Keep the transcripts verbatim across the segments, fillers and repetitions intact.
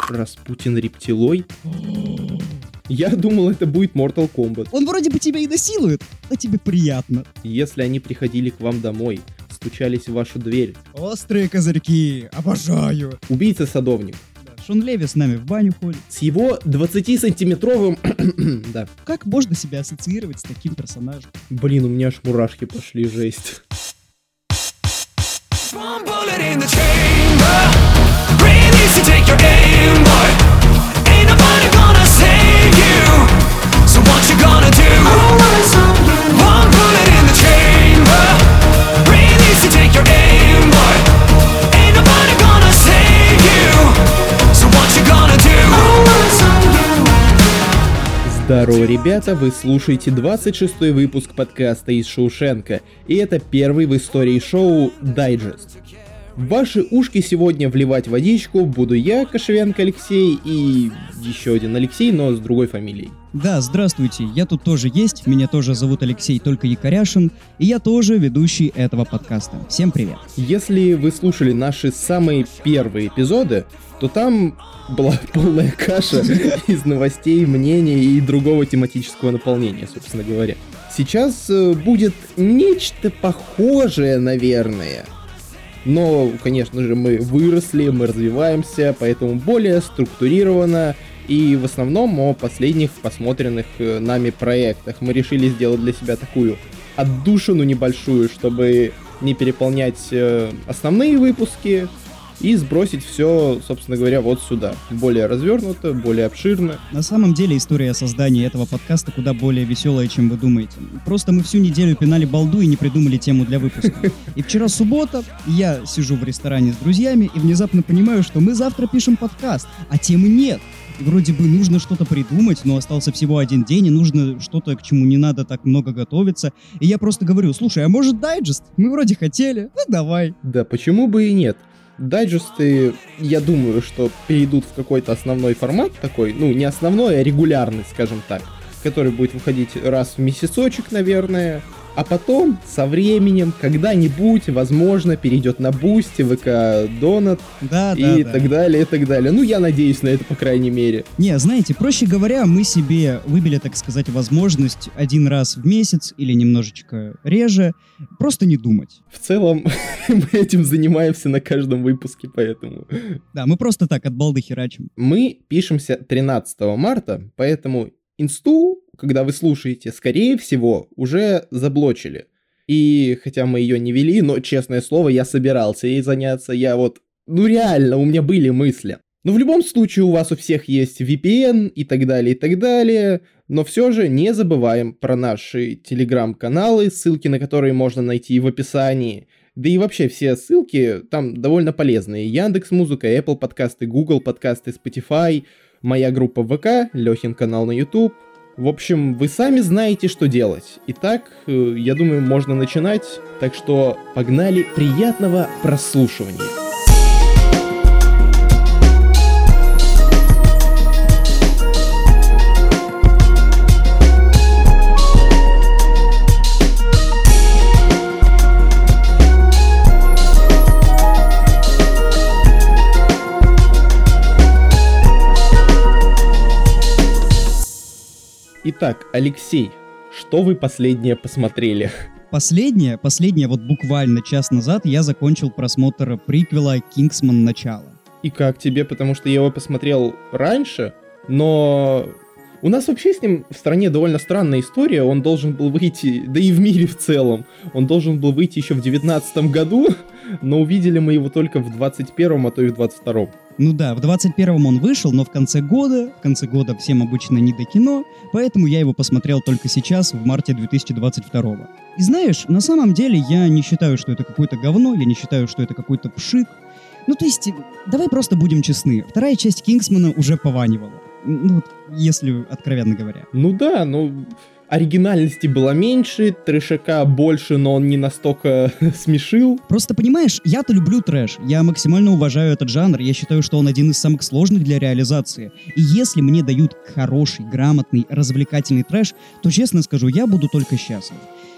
Распутин рептилой? Я думал, это будет Mortal Kombat. Он вроде бы тебя и насилует, но тебе приятно. Если они приходили к вам домой, стучались в вашу дверь. Острые козырьки, обожаю. Убийца-садовник. Да, Шон Леви с нами в баню ходит. С его двадцатисантиметровым... да. Как можно себя ассоциировать с таким персонажем? Блин, у меня аж мурашки пошли, жесть. Здорово, ребята, вы слушаете двадцать шестой выпуск подкаста из Шоушенка, и это первый в истории шоу Дайджест. В ваши ушки сегодня вливать водичку буду я, Кошевенко Алексей, и еще один Алексей, но с другой фамилией. Да, здравствуйте, я тут тоже есть, меня тоже зовут Алексей, только Якоряшин, и я тоже ведущий этого подкаста. Всем привет. Если вы слушали наши самые первые эпизоды, то там была полная каша из новостей, мнений и другого тематического наполнения, собственно говоря. Сейчас будет нечто похожее, наверное. Но, конечно же, мы выросли, мы развиваемся, поэтому более структурированно и в основном о последних посмотренных нами проектах. Мы решили сделать для себя такую отдушину небольшую, чтобы не переполнять основные выпуски и сбросить все, собственно говоря, вот сюда. Более развернуто, более обширно. На самом деле история создания этого подкаста куда более веселая, чем вы думаете. Просто мы всю неделю пинали балду и не придумали тему для выпуска. И вчера суббота, я сижу в ресторане с друзьями и внезапно понимаю, что мы завтра пишем подкаст, а темы нет. И вроде бы нужно что-то придумать, но остался всего один день, и нужно что-то, к чему не надо так много готовиться. И я просто говорю, слушай, а может дайджест? Мы вроде хотели, ну давай. Да, почему бы и нет? Дайджесты, я думаю, что перейдут в какой-то основной формат такой, ну, не основной, а регулярный, скажем так, который будет выходить раз в месяцочек, наверное, а потом, со временем, когда-нибудь, возможно, перейдет на Бусти, ВК Донат да, и да, так да. далее, и так далее. Ну, я надеюсь на это, по крайней мере. Не, знаете, проще говоря, мы себе выбили, так сказать, возможность один раз в месяц или немножечко реже просто не думать. В целом, мы этим занимаемся на каждом выпуске, поэтому... Да, мы просто так от балды херачим. Мы пишемся тринадцатого марта, поэтому инсту, когда вы слушаете, скорее всего, уже заблочили. И хотя мы ее не вели, но, честное слово, я собирался ей заняться. Я вот, ну реально, у меня были мысли. Но в любом случае у вас у всех есть ви пи эн и так далее, и так далее. Но все же не забываем про наши телеграм-каналы, ссылки на которые можно найти в описании. Да и вообще все ссылки там довольно полезные. Яндекс.Музыка, Apple подкасты, Google подкасты, Spotify, моя группа в ВК, Лехин канал на YouTube. В общем, вы сами знаете, что делать. Итак, я думаю, можно начинать. Так что погнали, приятного прослушивания. Итак, Алексей, что вы последнее посмотрели? Последнее, последнее, вот буквально час назад я закончил просмотр приквела «Кингсман. Начало». И как тебе? Потому что я его посмотрел раньше, но у нас вообще с ним в стране довольно странная история. Он должен был выйти, да и в мире в целом, он должен был выйти еще в девятнадцатом году, но увидели мы его только в двадцать первом, а то и в двадцать втором. Ну да, в двадцать первом он вышел, но в конце года, в конце года всем обычно не до кино, поэтому я его посмотрел только сейчас, в марте две тысячи двадцать второго. И знаешь, на самом деле я не считаю, что это какое-то говно, я не считаю, что это какой-то пшик. Ну то есть, давай просто будем честны, вторая часть «Кингсмана» уже пованивала. Ну вот, если откровенно говоря. Ну да, ну... Оригинальности было меньше, трэшака больше, но он не настолько смешил. Просто понимаешь, я-то люблю трэш, я максимально уважаю этот жанр, я считаю, что он один из самых сложных для реализации. И если мне дают хороший, грамотный, развлекательный трэш, то, честно скажу, я буду только счастлив.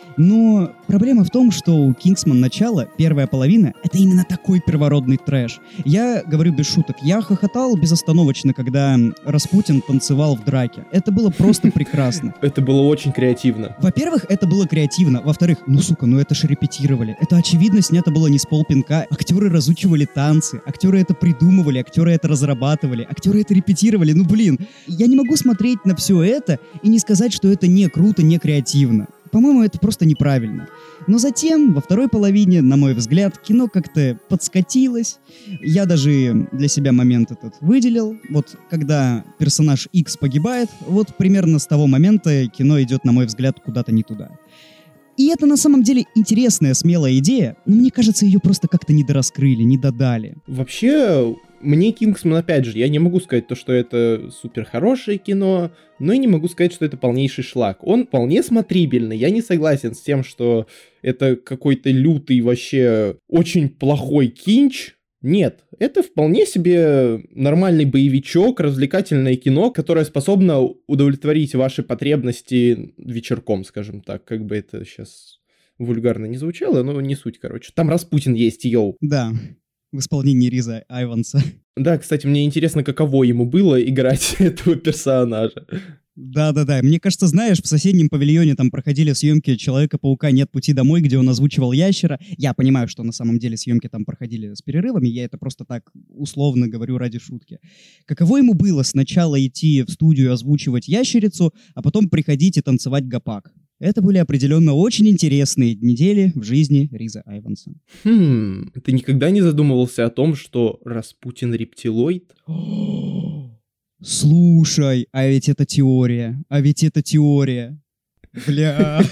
Но проблема в том, что у «Кингсман» начало, первая половина, это именно такой первородный трэш. Я говорю без шуток, я хохотал безостановочно, когда Распутин танцевал в драке. Это было просто прекрасно. Это было очень креативно. Во-первых, это было креативно. Во-вторых, ну сука, ну это ж репетировали. Это очевидно снято было не с полпинка. Актеры разучивали танцы, актеры это придумывали, актеры это разрабатывали, актеры это репетировали. Ну блин, я не могу смотреть на все это и не сказать, что это не круто, не креативно. По-моему, это просто неправильно. Но затем, во второй половине, на мой взгляд, кино как-то подскатилось. Я даже для себя момент этот выделил. Вот когда персонаж Икс погибает, вот примерно с того момента кино идет, на мой взгляд, куда-то не туда. И это на самом деле интересная, смелая идея, но мне кажется, ее просто как-то недораскрыли, не додали. Вообще, мне «Кингсман», опять же, я не могу сказать то, что это супер хорошее кино, но и не могу сказать, что это полнейший шлак. Он вполне смотрибельный, я не согласен с тем, что это какой-то лютый, вообще очень плохой кинч. Нет, это вполне себе нормальный боевичок, развлекательное кино, которое способно удовлетворить ваши потребности вечерком, скажем так, как бы это сейчас вульгарно не звучало, но не суть, короче. Там Распутин есть, йоу. Да, в исполнении Риза Айванса. Да, кстати, мне интересно, каково ему было играть этого персонажа. Да-да-да, мне кажется, знаешь, в соседнем павильоне там проходили съемки «Человека-паука. Нет пути домой», где он озвучивал ящера. Я понимаю, что на самом деле съемки там проходили с перерывами, я это просто так условно говорю ради шутки. Каково ему было сначала идти в студию озвучивать ящерицу, а потом приходить и танцевать гопак? Это были определенно очень интересные недели в жизни Риза Айванса. Хм, ты никогда не задумывался о том, что Распутин рептилоид? Слушай, а ведь это теория, а ведь это теория. Бля.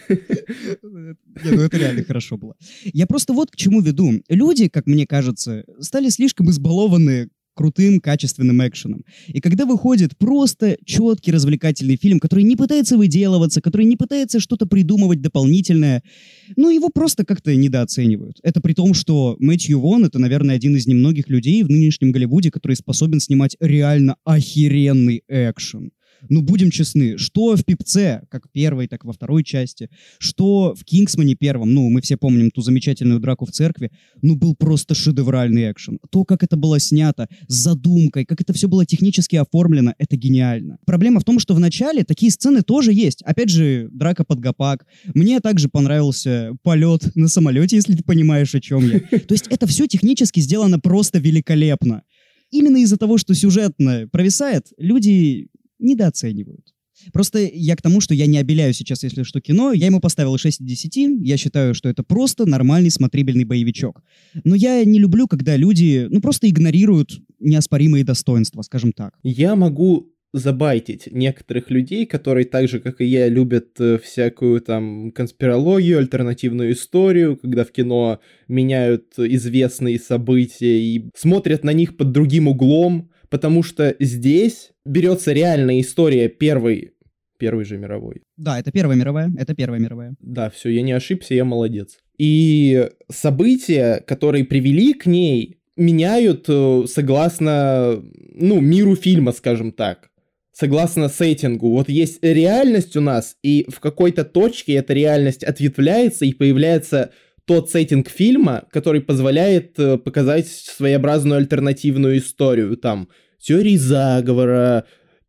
Не, ну это реально хорошо было. Я просто вот к чему веду. Люди, как мне кажется, стали слишком избалованы крутым, качественным экшеном. И когда выходит просто четкий развлекательный фильм, который не пытается выделываться, который не пытается что-то придумывать дополнительное, ну, его просто как-то недооценивают. Это при том, что Мэтью Вон — это, наверное, один из немногих людей в нынешнем Голливуде, который способен снимать реально охеренный экшен. Ну, будем честны, что в «Пипце», как первой, так и во второй части, что в «Кингсмане» первом, ну, мы все помним ту замечательную драку в церкви, ну, был просто шедевральный экшен. То, как это было снято, с задумкой, как это все было технически оформлено, это гениально. Проблема в том, что в начале такие сцены тоже есть. Опять же, драка под гопак. Мне также понравился полет на самолете, если ты понимаешь, о чем я. То есть это все технически сделано просто великолепно. Именно из-за того, что сюжетно провисает, люди недооценивают. Просто я к тому, что я не обеляю сейчас, если что, кино. Я ему поставил шесть из десяти. Я считаю, что это просто нормальный смотрибельный боевичок. Но я не люблю, когда люди, ну, просто игнорируют неоспоримые достоинства, скажем так. Я могу забайтить некоторых людей, которые так же, как и я, любят э, всякую там конспирологию, альтернативную историю, когда в кино меняют известные события и смотрят на них под другим углом, потому что здесь берется реальная история первой, первой же мировой. Да, это Первая мировая, это Первая мировая. Да, все, я не ошибся, я молодец. И события, которые привели к ней, меняют э, согласно, ну, миру фильма, скажем так. Согласно сеттингу. Вот есть реальность у нас, и в какой-то точке эта реальность ответвляется, и появляется тот сеттинг фильма, который позволяет э, показать своеобразную альтернативную историю. Там теории заговора,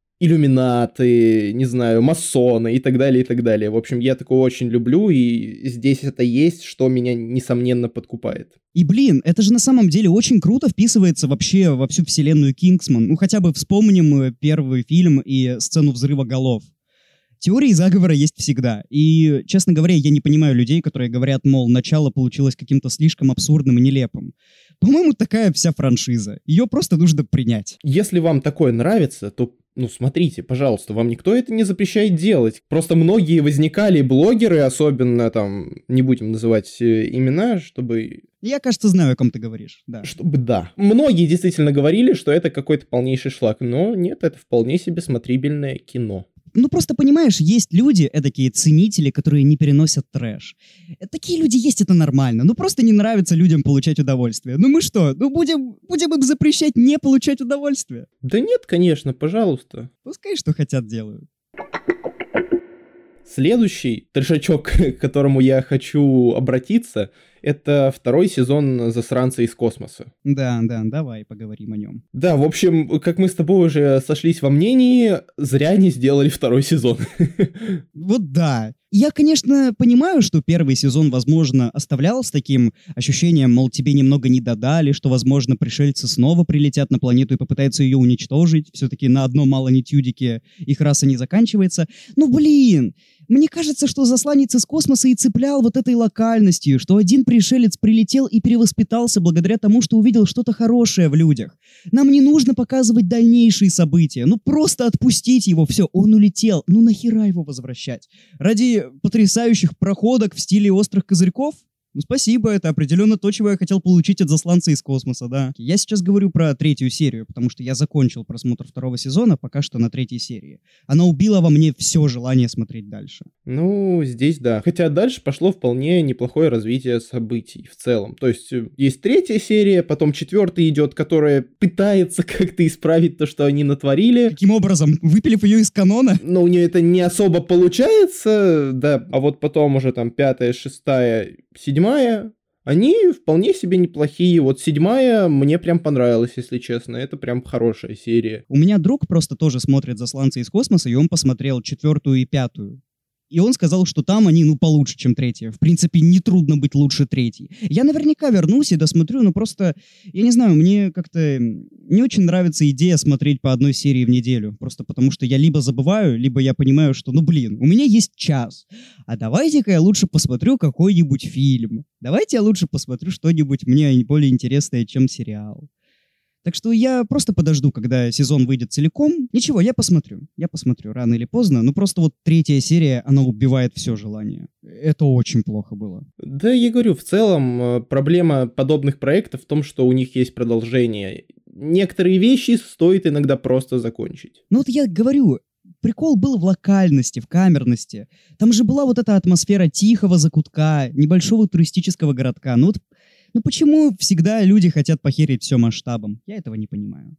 иллюминаты, не знаю, масоны и так далее, и так далее. В общем, я такого очень люблю, и здесь это есть, что меня, несомненно, подкупает. И, блин, это же на самом деле очень круто вписывается вообще во всю вселенную «Кингсман». Ну, хотя бы вспомним первый фильм и сцену взрыва голов. Теории заговора есть всегда. И, честно говоря, я не понимаю людей, которые говорят, мол, начало получилось каким-то слишком абсурдным и нелепым. По-моему, такая вся франшиза. Ее просто нужно принять. Если вам такое нравится, то, ну, смотрите, пожалуйста, вам никто это не запрещает делать. Просто многие возникали блогеры, особенно там, не будем называть имена, чтобы... Я, кажется, знаю, о ком ты говоришь, да. Чтобы, да. Многие действительно говорили, что это какой-то полнейший шлак, но нет, это вполне себе смотрибельное кино. Ну, просто, понимаешь, есть люди, эдакие ценители, которые не переносят трэш. Такие люди есть, это нормально. Ну, просто не нравится людям получать удовольствие. Ну, мы что, ну, будем, будем им запрещать не получать удовольствие? Да нет, конечно, пожалуйста. Пускай что хотят делают. Следующий трешачок, к которому я хочу обратиться, это второй сезон «Засранца из космоса». Да, да, давай поговорим о нем. Да, в общем, как мы с тобой уже сошлись во мнении, зря они сделали второй сезон. Вот да. Я, конечно, понимаю, что первый сезон, возможно, оставлял с таким ощущением, мол, тебе немного не додали, что, возможно, пришельцы снова прилетят на планету и попытаются ее уничтожить. Все-таки на одном малонитюдике их раса не заканчивается. Ну, блин, мне кажется, что засланец из космоса и цеплял вот этой локальностью, что один пришелец прилетел и перевоспитался благодаря тому, что увидел что-то хорошее в людях. Нам не нужно показывать дальнейшие события. Ну, просто отпустить его. Все, он улетел. Ну, нахера его возвращать? Ради потрясающих проходок в стиле острых козырьков? Ну, спасибо, это определенно то, чего я хотел получить от засланца из космоса, да. Я сейчас говорю про третью серию, потому что я закончил просмотр второго сезона пока что на третьей серии. Она убила во мне все желание смотреть дальше. Ну, здесь да. Хотя дальше пошло вполне неплохое развитие событий в целом. То есть есть третья серия, потом четвертая идет, которая пытается как-то исправить то, что они натворили. Каким образом? Выпилив ее из канона? Ну, у нее это не особо получается, да. А вот потом уже там пятая, шестая, седьмая, они вполне себе неплохие. Вот седьмая мне прям понравилась, если честно. Это прям хорошая серия. У меня друг просто тоже смотрит «Засланца из космоса», и он посмотрел четвертую и пятую. И он сказал, что там они, ну, получше, чем третья. В принципе, нетрудно быть лучше третьей. Я наверняка вернусь и досмотрю, но просто, я не знаю, мне как-то не очень нравится идея смотреть по одной серии в неделю. Просто потому что я либо забываю, либо я понимаю, что, ну, блин, у меня есть час. А давайте-ка я лучше посмотрю какой-нибудь фильм. Давайте я лучше посмотрю что-нибудь мне более интересное, чем сериал. Так что я просто подожду, когда сезон выйдет целиком. Ничего, я посмотрю. Я посмотрю рано или поздно. Ну просто вот третья серия, она убивает все желание. Это очень плохо было. Да, я говорю, в целом проблема подобных проектов в том, что у них есть продолжение. Некоторые вещи стоит иногда просто закончить. Ну вот я говорю, прикол был в локальности, в камерности. Там же была вот эта атмосфера тихого закутка, небольшого туристического городка. Ну вот Ну почему всегда люди хотят похерить все масштабом? Я этого не понимаю.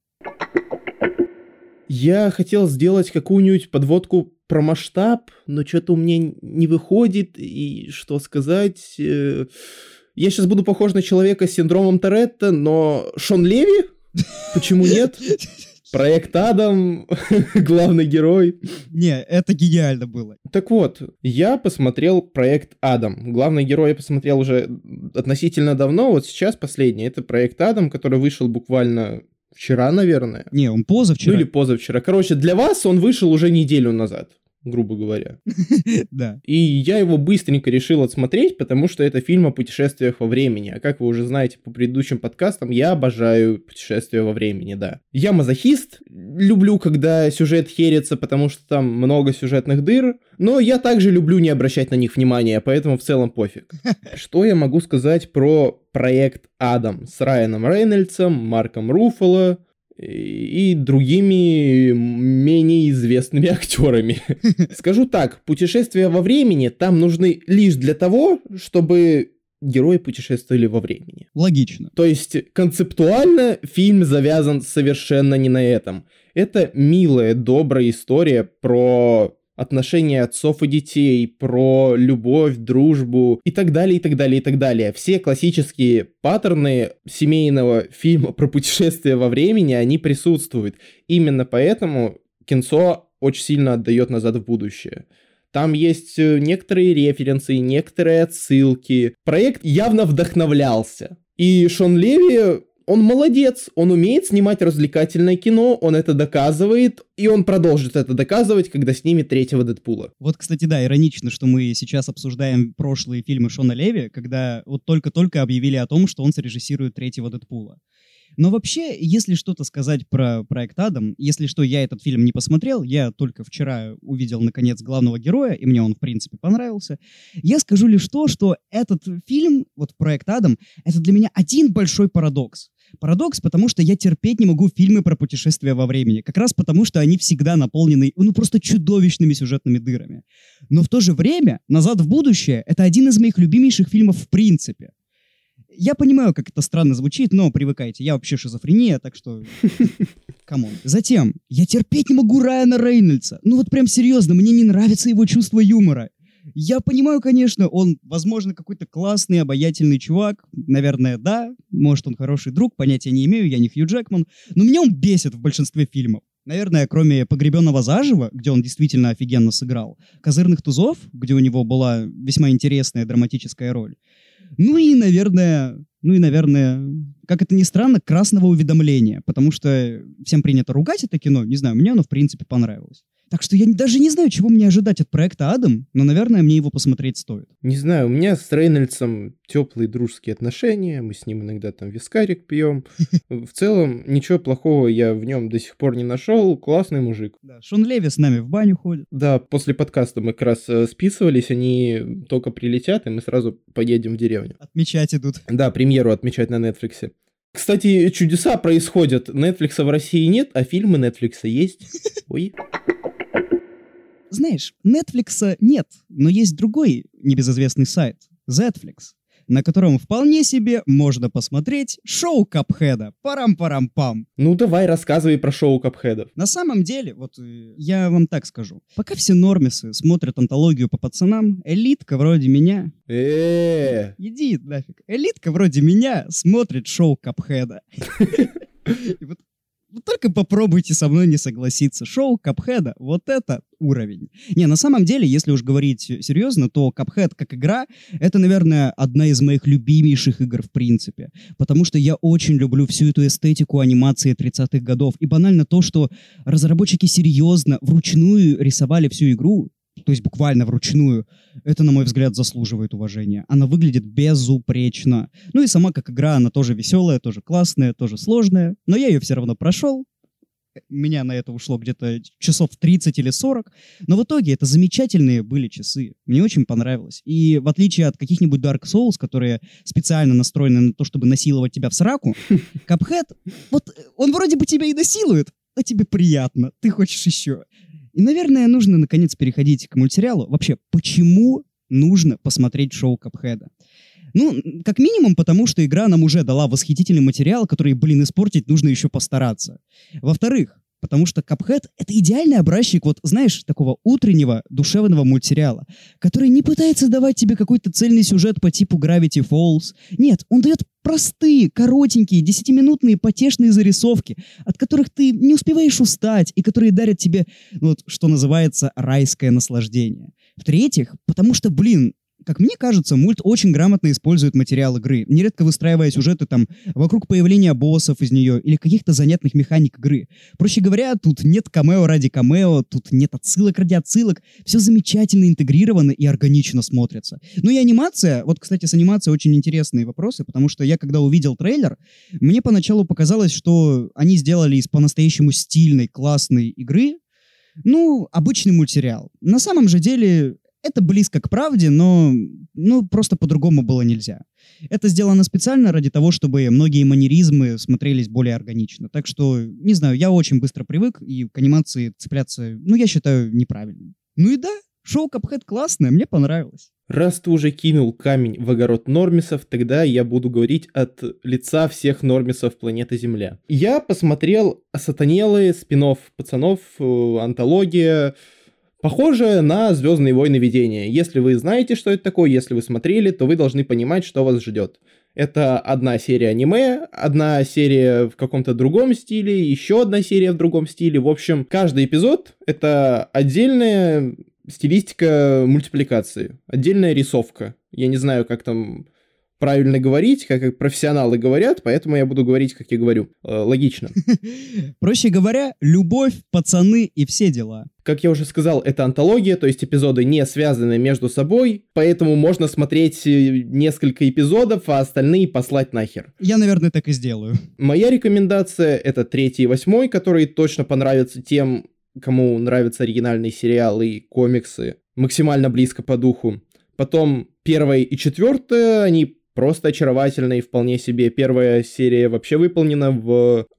Я хотел сделать какую-нибудь подводку про масштаб, но что-то у меня не выходит, и что сказать... Я сейчас буду похож на человека с синдромом Торетто, но Шон Леви? Почему нет? Проект Адам, главный герой. Не, это гениально было. Так вот, я посмотрел проект Адам. Главный герой я посмотрел уже относительно давно, вот сейчас последний. Это проект Адам, который вышел буквально вчера, наверное. Не, он позавчера. Ну или позавчера. Короче, для вас он вышел уже неделю назад, грубо говоря. Да. И я его быстренько решил отсмотреть, потому что это фильм о путешествиях во времени. А как вы уже знаете по предыдущим подкастам, я обожаю путешествия во времени, да. Я мазохист, люблю, когда сюжет херится, потому что там много сюжетных дыр, но я также люблю не обращать на них внимания, поэтому в целом пофиг. Что я могу сказать про проект Адам с Райаном Рейнольдсом, Марком Руффало и другими менее известными актерами. Скажу так, путешествия во времени там нужны лишь для того, чтобы герои путешествовали во времени. Логично. То есть концептуально фильм завязан совершенно не на этом. Это милая, добрая история про отношения отцов и детей, про любовь, дружбу и так далее, и так далее, и так далее. Все классические паттерны семейного фильма про путешествия во времени, они присутствуют. Именно поэтому кинцо очень сильно отдает «Назад в будущее». Там есть некоторые референсы, некоторые отсылки. Проект явно вдохновлялся. И Шон Леви... Он молодец, он умеет снимать развлекательное кино, он это доказывает, и он продолжит это доказывать, когда снимет третьего Дэдпула. Вот, кстати, да, иронично, что мы сейчас обсуждаем прошлые фильмы Шона Леви, когда вот только-только объявили о том, что он срежиссирует третьего Дэдпула. Но вообще, если что-то сказать про проект Адам, если что, я этот фильм не посмотрел, я только вчера увидел, наконец, главного героя, и мне он, в принципе, понравился, я скажу лишь то, что этот фильм, вот проект Адам, это для меня один большой парадокс. Парадокс, потому что я терпеть не могу фильмы про путешествия во времени, как раз потому, что они всегда наполнены, ну, просто чудовищными сюжетными дырами. Но в то же время «Назад в будущее» — это один из моих любимейших фильмов в принципе. Я понимаю, как это странно звучит, но привыкайте. Я вообще шизофрения, так что... Камон. Затем, я терпеть не могу Райана Рейнольдса. Ну вот прям серьезно, мне не нравится его чувство юмора. Я понимаю, конечно, он, возможно, какой-то классный, обаятельный чувак. Наверное, да. Может, он хороший друг, понятия не имею, я не Хью Джекман. Но меня он бесит в большинстве фильмов. Наверное, кроме «Погребенного заживо», где он действительно офигенно сыграл, «Козырных тузов», где у него была весьма интересная драматическая роль. Ну и, наверное, ну и, наверное, как это ни странно, «Красного уведомления», потому что всем принято ругать это кино, не знаю, мне оно, в принципе, понравилось. Так что я даже не знаю, чего мне ожидать от проекта «Адам», но, наверное, мне его посмотреть стоит. Не знаю, у меня с Рейнольдсом теплые дружеские отношения, мы с ним иногда там вискарик пьем. В целом, ничего плохого я в нем до сих пор не нашел, классный мужик. Да, Шон Леви с нами в баню ходит. Да, после подкаста мы как раз э, списывались, они только прилетят, и мы сразу поедем в деревню. Отмечать идут. Да, премьеру отмечать на Netflix. Кстати, чудеса происходят. Netflix в России нет, а фильмы Netflix есть. Ой. Знаешь, Netflix нет, но есть другой небезызвестный сайт, Zflix, на котором вполне себе можно посмотреть шоу Капхеда. Парам-парам-пам. Ну давай, рассказывай про шоу Капхедов. На самом деле, вот э, я вам так скажу. Пока все нормисы смотрят антологию по пацанам, элитка вроде меня... Э-э-э. Иди нафиг. Элитка вроде меня смотрит шоу Капхеда. И вот Вот только попробуйте со мной не согласиться. Шоу Капхеда, вот это уровень. Не, на самом деле, если уж говорить серьезно, то Капхед как игра, это, наверное, одна из моих любимейших игр в принципе. Потому что я очень люблю всю эту эстетику анимации тридцатых годов. И банально то, что разработчики серьезно, вручную рисовали всю игру, то есть буквально вручную, это, на мой взгляд, заслуживает уважения. Она выглядит безупречно. Ну и сама как игра, она тоже веселая, тоже классная, тоже сложная. Но я ее все равно прошел. У меня на это ушло где-то часов тридцать или сорок. Но в итоге это замечательные были часы. Мне очень понравилось. И в отличие от каких-нибудь Dark Souls, которые специально настроены на то, чтобы насиловать тебя в сраку, Cuphead, вот он вроде бы тебя и насилует, а тебе приятно. Ты хочешь еще. И, наверное, нужно, наконец, переходить к мультсериалу. Вообще, почему нужно посмотреть шоу Капхеда? Ну, как минимум, потому что игра нам уже дала восхитительный материал, который, блин, испортить нужно еще постараться. Во-вторых, потому что Cuphead — это идеальный образчик, вот, знаешь, такого утреннего душевного мультсериала, который не пытается давать тебе какой-то цельный сюжет по типу Gravity Falls. Нет, он дает простые, коротенькие, десятиминутные потешные зарисовки, от которых ты не успеваешь устать и которые дарят тебе, ну, вот, что называется, райское наслаждение. В-третьих, потому что, блин, как мне кажется, мульт очень грамотно использует материал игры, нередко выстраивая сюжеты там вокруг появления боссов из нее или каких-то занятных механик игры. Проще говоря, тут нет камео ради камео, тут нет отсылок ради отсылок, все замечательно интегрировано и органично смотрится. Ну и анимация, вот, кстати, с анимацией очень интересные вопросы, потому что я, когда увидел трейлер, мне поначалу показалось, что они сделали из по-настоящему стильной, классной игры, ну, обычный мультсериал. На самом же деле... Это близко к правде, но ну, просто по-другому было нельзя. Это сделано специально ради того, чтобы многие манеризмы смотрелись более органично. Так что, не знаю, я очень быстро привык, и к анимации цепляться, ну, я считаю, неправильным. Ну и да, шоу Cuphead классное, мне понравилось. Раз ты уже кинул камень в огород нормисов, тогда я буду говорить от лица всех нормисов планеты Земля. Я посмотрел «Осатанелые», спин-офф пацанов, антология... Похоже на «Звездные войны. Видения». Если вы знаете, что это такое, если вы смотрели, то вы должны понимать, что вас ждет. Это одна серия аниме, одна серия в каком-то другом стиле, еще одна серия в другом стиле. В общем, каждый эпизод — это отдельная стилистика мультипликации, отдельная рисовка. Я не знаю, как там правильно говорить, как профессионалы говорят, поэтому я буду говорить, как я говорю. Э, логично. Проще говоря, любовь, пацаны и все дела. Как я уже сказал, это антология, то есть эпизоды не связаны между собой, поэтому можно смотреть несколько эпизодов, а остальные послать нахер. Я, наверное, так и сделаю. Моя рекомендация — это третий и восьмой, которые точно понравятся тем, кому нравятся оригинальные сериалы и комиксы, максимально близко по духу. Потом первая и четвертая, они просто очаровательные, вполне себе. Первая серия вообще выполнена в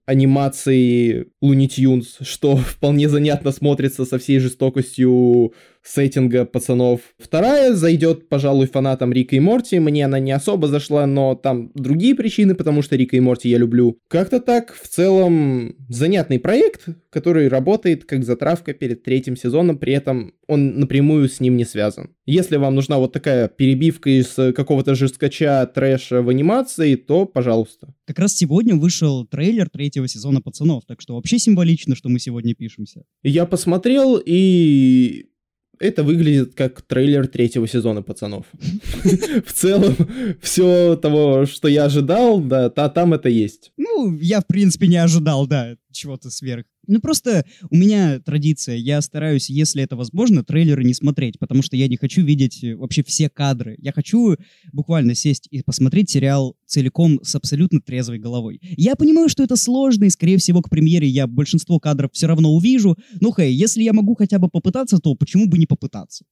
анимации Looney Tunes, что вполне занятно смотрится со всей жестокостью сеттинга пацанов. Вторая зайдет, пожалуй, фанатам Рика и Морти. Мне она не особо зашла, но там другие причины, потому что Рика и Морти я люблю. Как-то так, в целом, занятный проект, который работает как затравка перед третьим сезоном, при этом он напрямую с ним не связан. Если вам нужна вот такая перебивка из какого-то жесткача трэша в анимации, то пожалуйста. Как раз сегодня вышел трейлер третьего сезона «Пацанов», так что вообще символично, что мы сегодня пишемся. Я посмотрел, и это выглядит как трейлер третьего сезона «Пацанов». В целом, все того, что я ожидал, да, там это есть. Ну, я, в принципе, не ожидал, да, чего-то сверх. Ну, просто у меня традиция, я стараюсь, если это возможно, трейлеры не смотреть, потому что я не хочу видеть вообще все кадры. Я хочу буквально сесть и посмотреть сериал целиком с абсолютно трезвой головой. Я понимаю, что это сложно, и, скорее всего, к премьере я большинство кадров все равно увижу, но, хей, если я могу хотя бы попытаться, то почему бы не попытаться?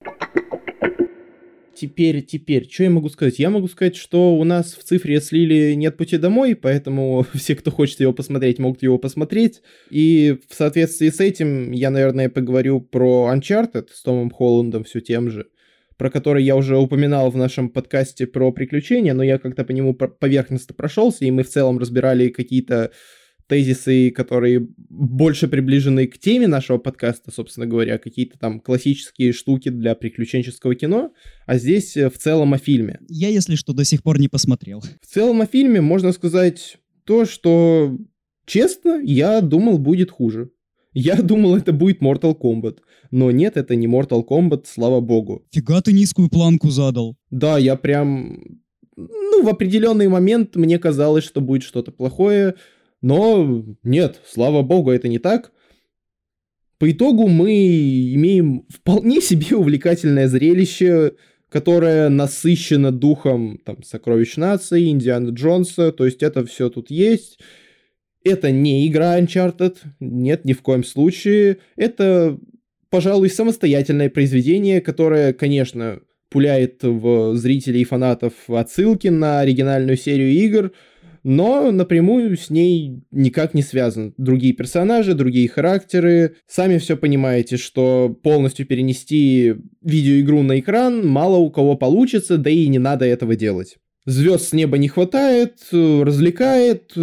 Теперь, теперь, что я могу сказать? Я могу сказать, что у нас в цифре слили «Нет пути домой», поэтому все, кто хочет его посмотреть, могут его посмотреть. И в соответствии с этим я, наверное, поговорю про Uncharted с Томом Холландом, все тем же, про который я уже упоминал в нашем подкасте про приключения, но я как-то по нему поверхностно прошелся, и мы в целом разбирали какие-то тезисы, которые больше приближены к теме нашего подкаста, собственно говоря, какие-то там классические штуки для приключенческого кино, а здесь в целом о фильме. Я, если что, до сих пор не посмотрел. В целом о фильме можно сказать то, что, честно, я думал, будет хуже. Я думал, это будет Mortal Kombat, но нет, это не Mortal Kombat, слава богу. Фига ты низкую планку задал. Да, я прям... Ну, в определенный момент мне казалось, что будет что-то плохое, но нет, слава богу, это не так. По итогу мы имеем вполне себе увлекательное зрелище, которое насыщено духом там, «Сокровищ нации», «Индианы Джонса», то есть это все тут есть. Это не игра Uncharted, нет, ни в коем случае. Это, пожалуй, самостоятельное произведение, которое, конечно, пуляет в зрителей и фанатов отсылки на оригинальную серию игр, но напрямую с ней никак не связан. Другие персонажи, другие характеры. Сами все понимаете, что полностью перенести видеоигру на экран мало у кого получится, да и не надо этого делать. Звезд с неба не хватает, развлекает,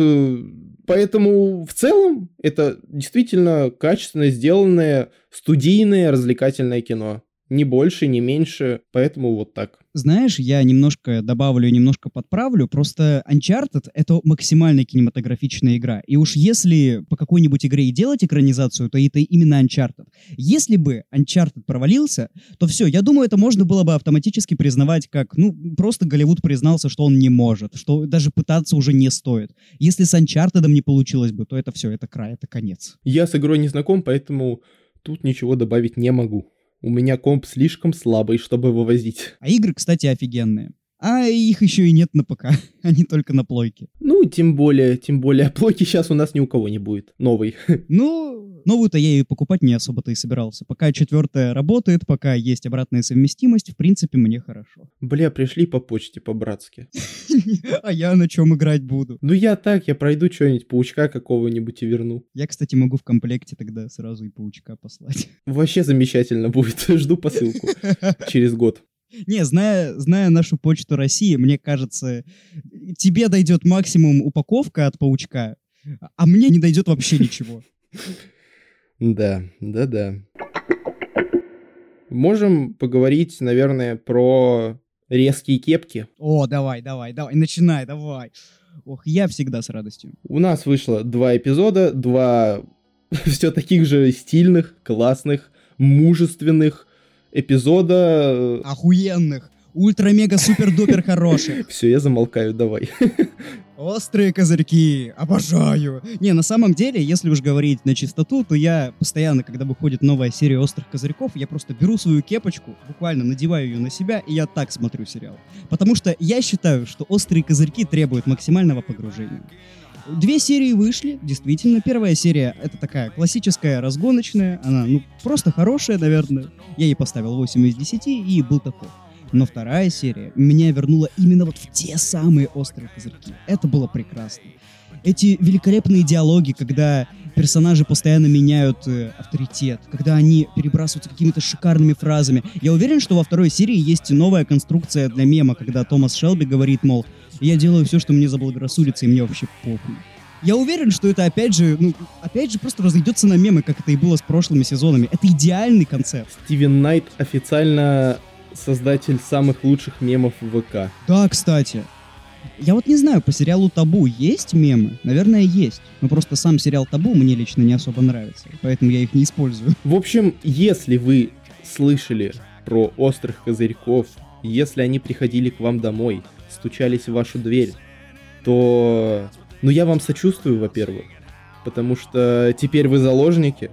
поэтому в целом это действительно качественно сделанное студийное развлекательное кино. Ни больше, ни меньше, поэтому вот так. Знаешь, я немножко добавлю, немножко подправлю. Просто Uncharted — это максимально кинематографичная игра. И уж если по какой-нибудь игре и делать экранизацию, то это именно Uncharted. Если бы Uncharted провалился, то все, я думаю, это можно было бы автоматически признавать как, ну, просто Голливуд признался, что он не может, что даже пытаться уже не стоит. Если с Uncharted не получилось бы, то это все, это край, это конец. Я с игрой не знаком, поэтому тут ничего добавить не могу. У меня комп слишком слабый, чтобы вывозить. А игры, кстати, офигенные. А их еще и нет на ПК, а не только на плойке. Ну, тем более, тем более, плойки сейчас у нас ни у кого не будет. Новый. Ну, новую-то я и покупать не особо-то и собирался. Пока четвертая работает, пока есть обратная совместимость, в принципе, мне хорошо. Бля, пришли по почте по-братски. А я на чем играть буду? Ну, я так, я пройду что-нибудь, паучка какого-нибудь и верну. Я, кстати, могу в комплекте тогда сразу и паучка послать. Вообще замечательно будет. Жду посылку через год. Не, зная, зная нашу почту России, мне кажется, тебе дойдет максимум упаковка от паучка, а мне не дойдет вообще ничего. Да, да, да. Можем поговорить, наверное, про резкие кепки. О, давай, давай, давай, начинай, давай. Ох, я всегда с радостью. У нас вышло два эпизода, два все таких же стильных, классных, мужественных эпизода. Охуенных, ультра-мега-супер-дупер хороших. Все, я замолкаю, давай. Острые козырьки, обожаю. Не, на самом деле, если уж говорить на чистоту, то я постоянно, когда выходит новая серия острых козырьков, я просто беру свою кепочку, буквально надеваю ее на себя, и я так смотрю сериал. Потому что я считаю, что острые козырьки требуют максимального погружения. Две серии вышли, действительно. Первая серия — это такая классическая, разгоночная. Она, ну, просто хорошая, наверное. Я ей поставил восемь из десяти и был такой. Но вторая серия меня вернула именно вот в те самые острые козырьки. Это было прекрасно. Эти великолепные диалоги, когда персонажи постоянно меняют э, авторитет, когда они перебрасываются какими-то шикарными фразами. Я уверен, что во второй серии есть новая конструкция для мема, когда Томас Шелби говорит, мол, я делаю все, что мне заблагорассудится, и мне вообще похуй. Я уверен, что это опять же, ну, опять же просто разойдется на мемы, как это и было с прошлыми сезонами. Это идеальный концепт. Стивен Найт официально создатель самых лучших мемов в ВК. Да, кстати. Я вот не знаю, по сериалу «Табу» есть мемы? Наверное, есть. Но просто сам сериал «Табу» мне лично не особо нравится, поэтому я их не использую. В общем, если вы слышали про острых козырьков, если они приходили к вам домой, стучались в вашу дверь, то... Ну, я вам сочувствую, во-первых, потому что теперь вы заложники,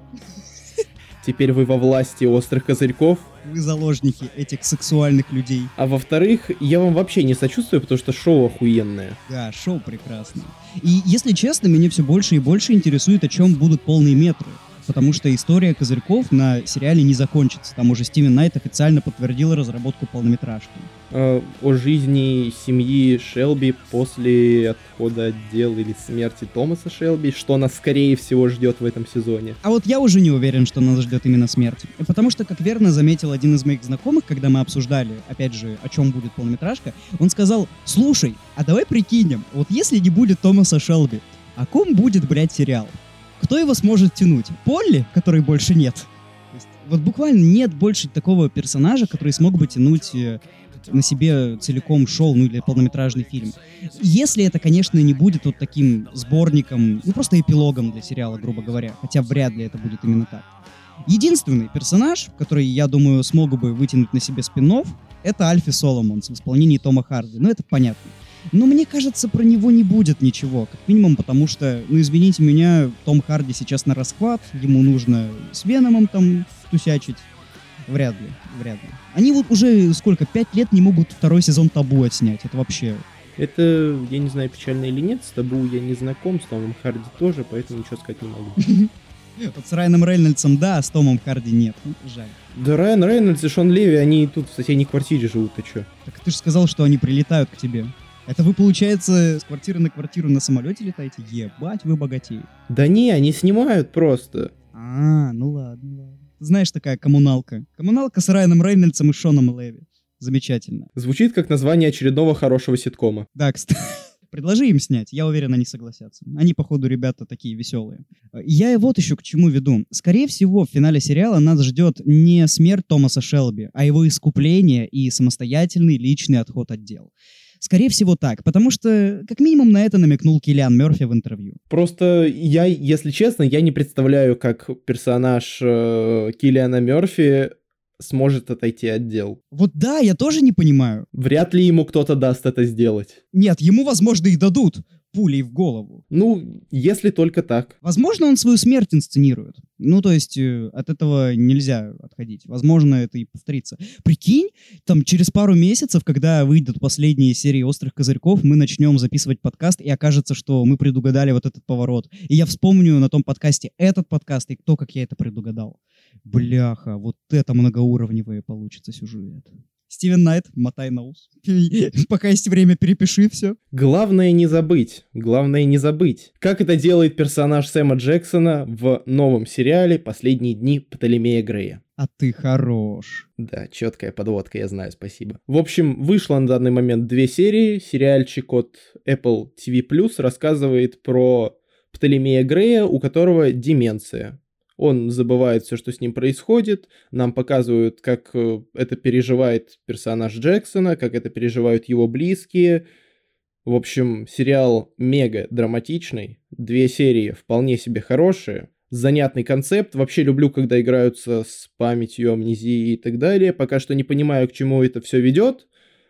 теперь вы во власти острых козырьков. Вы заложники этих сексуальных людей. А во-вторых, я вам вообще не сочувствую, потому что шоу охуенное. Да, шоу прекрасное. И, если честно, меня все больше и больше интересует, о чем будут полные метры. Потому что история козырьков на сериале не закончится. Там уже Стивен Найт официально подтвердил разработку полнометражки. Э, о жизни семьи Шелби после отхода от дел или смерти Томаса Шелби, что нас, скорее всего, ждет в этом сезоне. А вот я уже не уверен, что нас ждет именно смерть. Потому что, как верно заметил один из моих знакомых, когда мы обсуждали, опять же, о чем будет полнометражка, он сказал, слушай, а давай прикинем, вот если не будет Томаса Шелби, о ком будет, блядь, сериал? Кто его сможет тянуть? Полли, которой больше нет? То есть, вот буквально нет больше такого персонажа, который смог бы тянуть э, на себе целиком шоу, ну или полнометражный фильм. Если это, конечно, не будет вот таким сборником, ну просто эпилогом для сериала, грубо говоря, хотя вряд ли это будет именно так. Единственный персонаж, который, я думаю, смог бы вытянуть на себе спин-офф, это Альфи Соломонс в исполнении Тома Харди. Ну это понятно. Но мне кажется, про него не будет ничего, как минимум, потому что, ну извините меня, Том Харди сейчас на расхват, ему нужно с Веномом там тусячить. Вряд ли, вряд ли. Они вот уже сколько, пять лет не могут второй сезон «Табу» отснять, это вообще... Это, я не знаю, печально или нет, с «Табу» я не знаком, с Томом Харди тоже, поэтому ничего сказать не могу. Вот с Райаном Рейнольдсом да, а с Томом Харди нет, ну, жаль. Да Райан Рейнольдс и Шон Леви, они тут в соседней квартире живут, ты чё? Так ты же сказал, что они прилетают к тебе. Это вы, получается, с квартиры на квартиру на самолете летаете? Ебать, вы богатеи. Да не, они снимают просто. А, ну ладно, ладно. Знаешь, такая коммуналка. Коммуналка с Райаном Рейнольдсом и Шоном Леви. Замечательно. Звучит как название очередного хорошего ситкома. Да, кстати. Предложи им снять, я уверен, они согласятся. Они, походу, ребята такие веселые. Я вот еще к чему веду. Скорее всего, в финале сериала нас ждет не смерть Томаса Шелби, а его искупление и самостоятельный личный отход от дел. Скорее всего так, потому что, как минимум, на это намекнул Киллиан Мёрфи в интервью. Просто я, если честно, я не представляю, как персонаж э, Киллиана Мёрфи сможет отойти от дел. Вот да, я тоже не понимаю. Вряд ли ему кто-то даст это сделать. Нет, ему, возможно, и дадут пулей в голову. Ну, если только так. Возможно, он свою смерть инсценирует. Ну, то есть, э, от этого нельзя отходить. Возможно, это и повторится. Прикинь, там, через пару месяцев, когда выйдут последние серии «Острых козырьков», мы начнем записывать подкаст, и окажется, что мы предугадали вот этот поворот. И я вспомню на том подкасте этот подкаст, и то, как я это предугадал. Бляха, вот это многоуровневый получится сюжет. Стивен Найт, мотай на ус. Пока есть время, перепиши все. Главное не забыть. Главное не забыть. Как это делает персонаж Сэма Джексона в новом сериале «Последние дни Птолемея Грея». А ты хорош. Да, четкая подводка, я знаю, спасибо. В общем, вышло на данный момент две серии. Сериальчик от Apple ти ви плюс рассказывает про Птолемея Грея, у которого деменция. Он забывает все, что с ним происходит. Нам показывают, как это переживает персонаж Джексона, как это переживают его близкие. В общем, сериал мега драматичный. Две серии вполне себе хорошие. Занятный концепт. Вообще люблю, когда играются с памятью, амнезией и так далее. Пока что не понимаю, к чему это все ведет.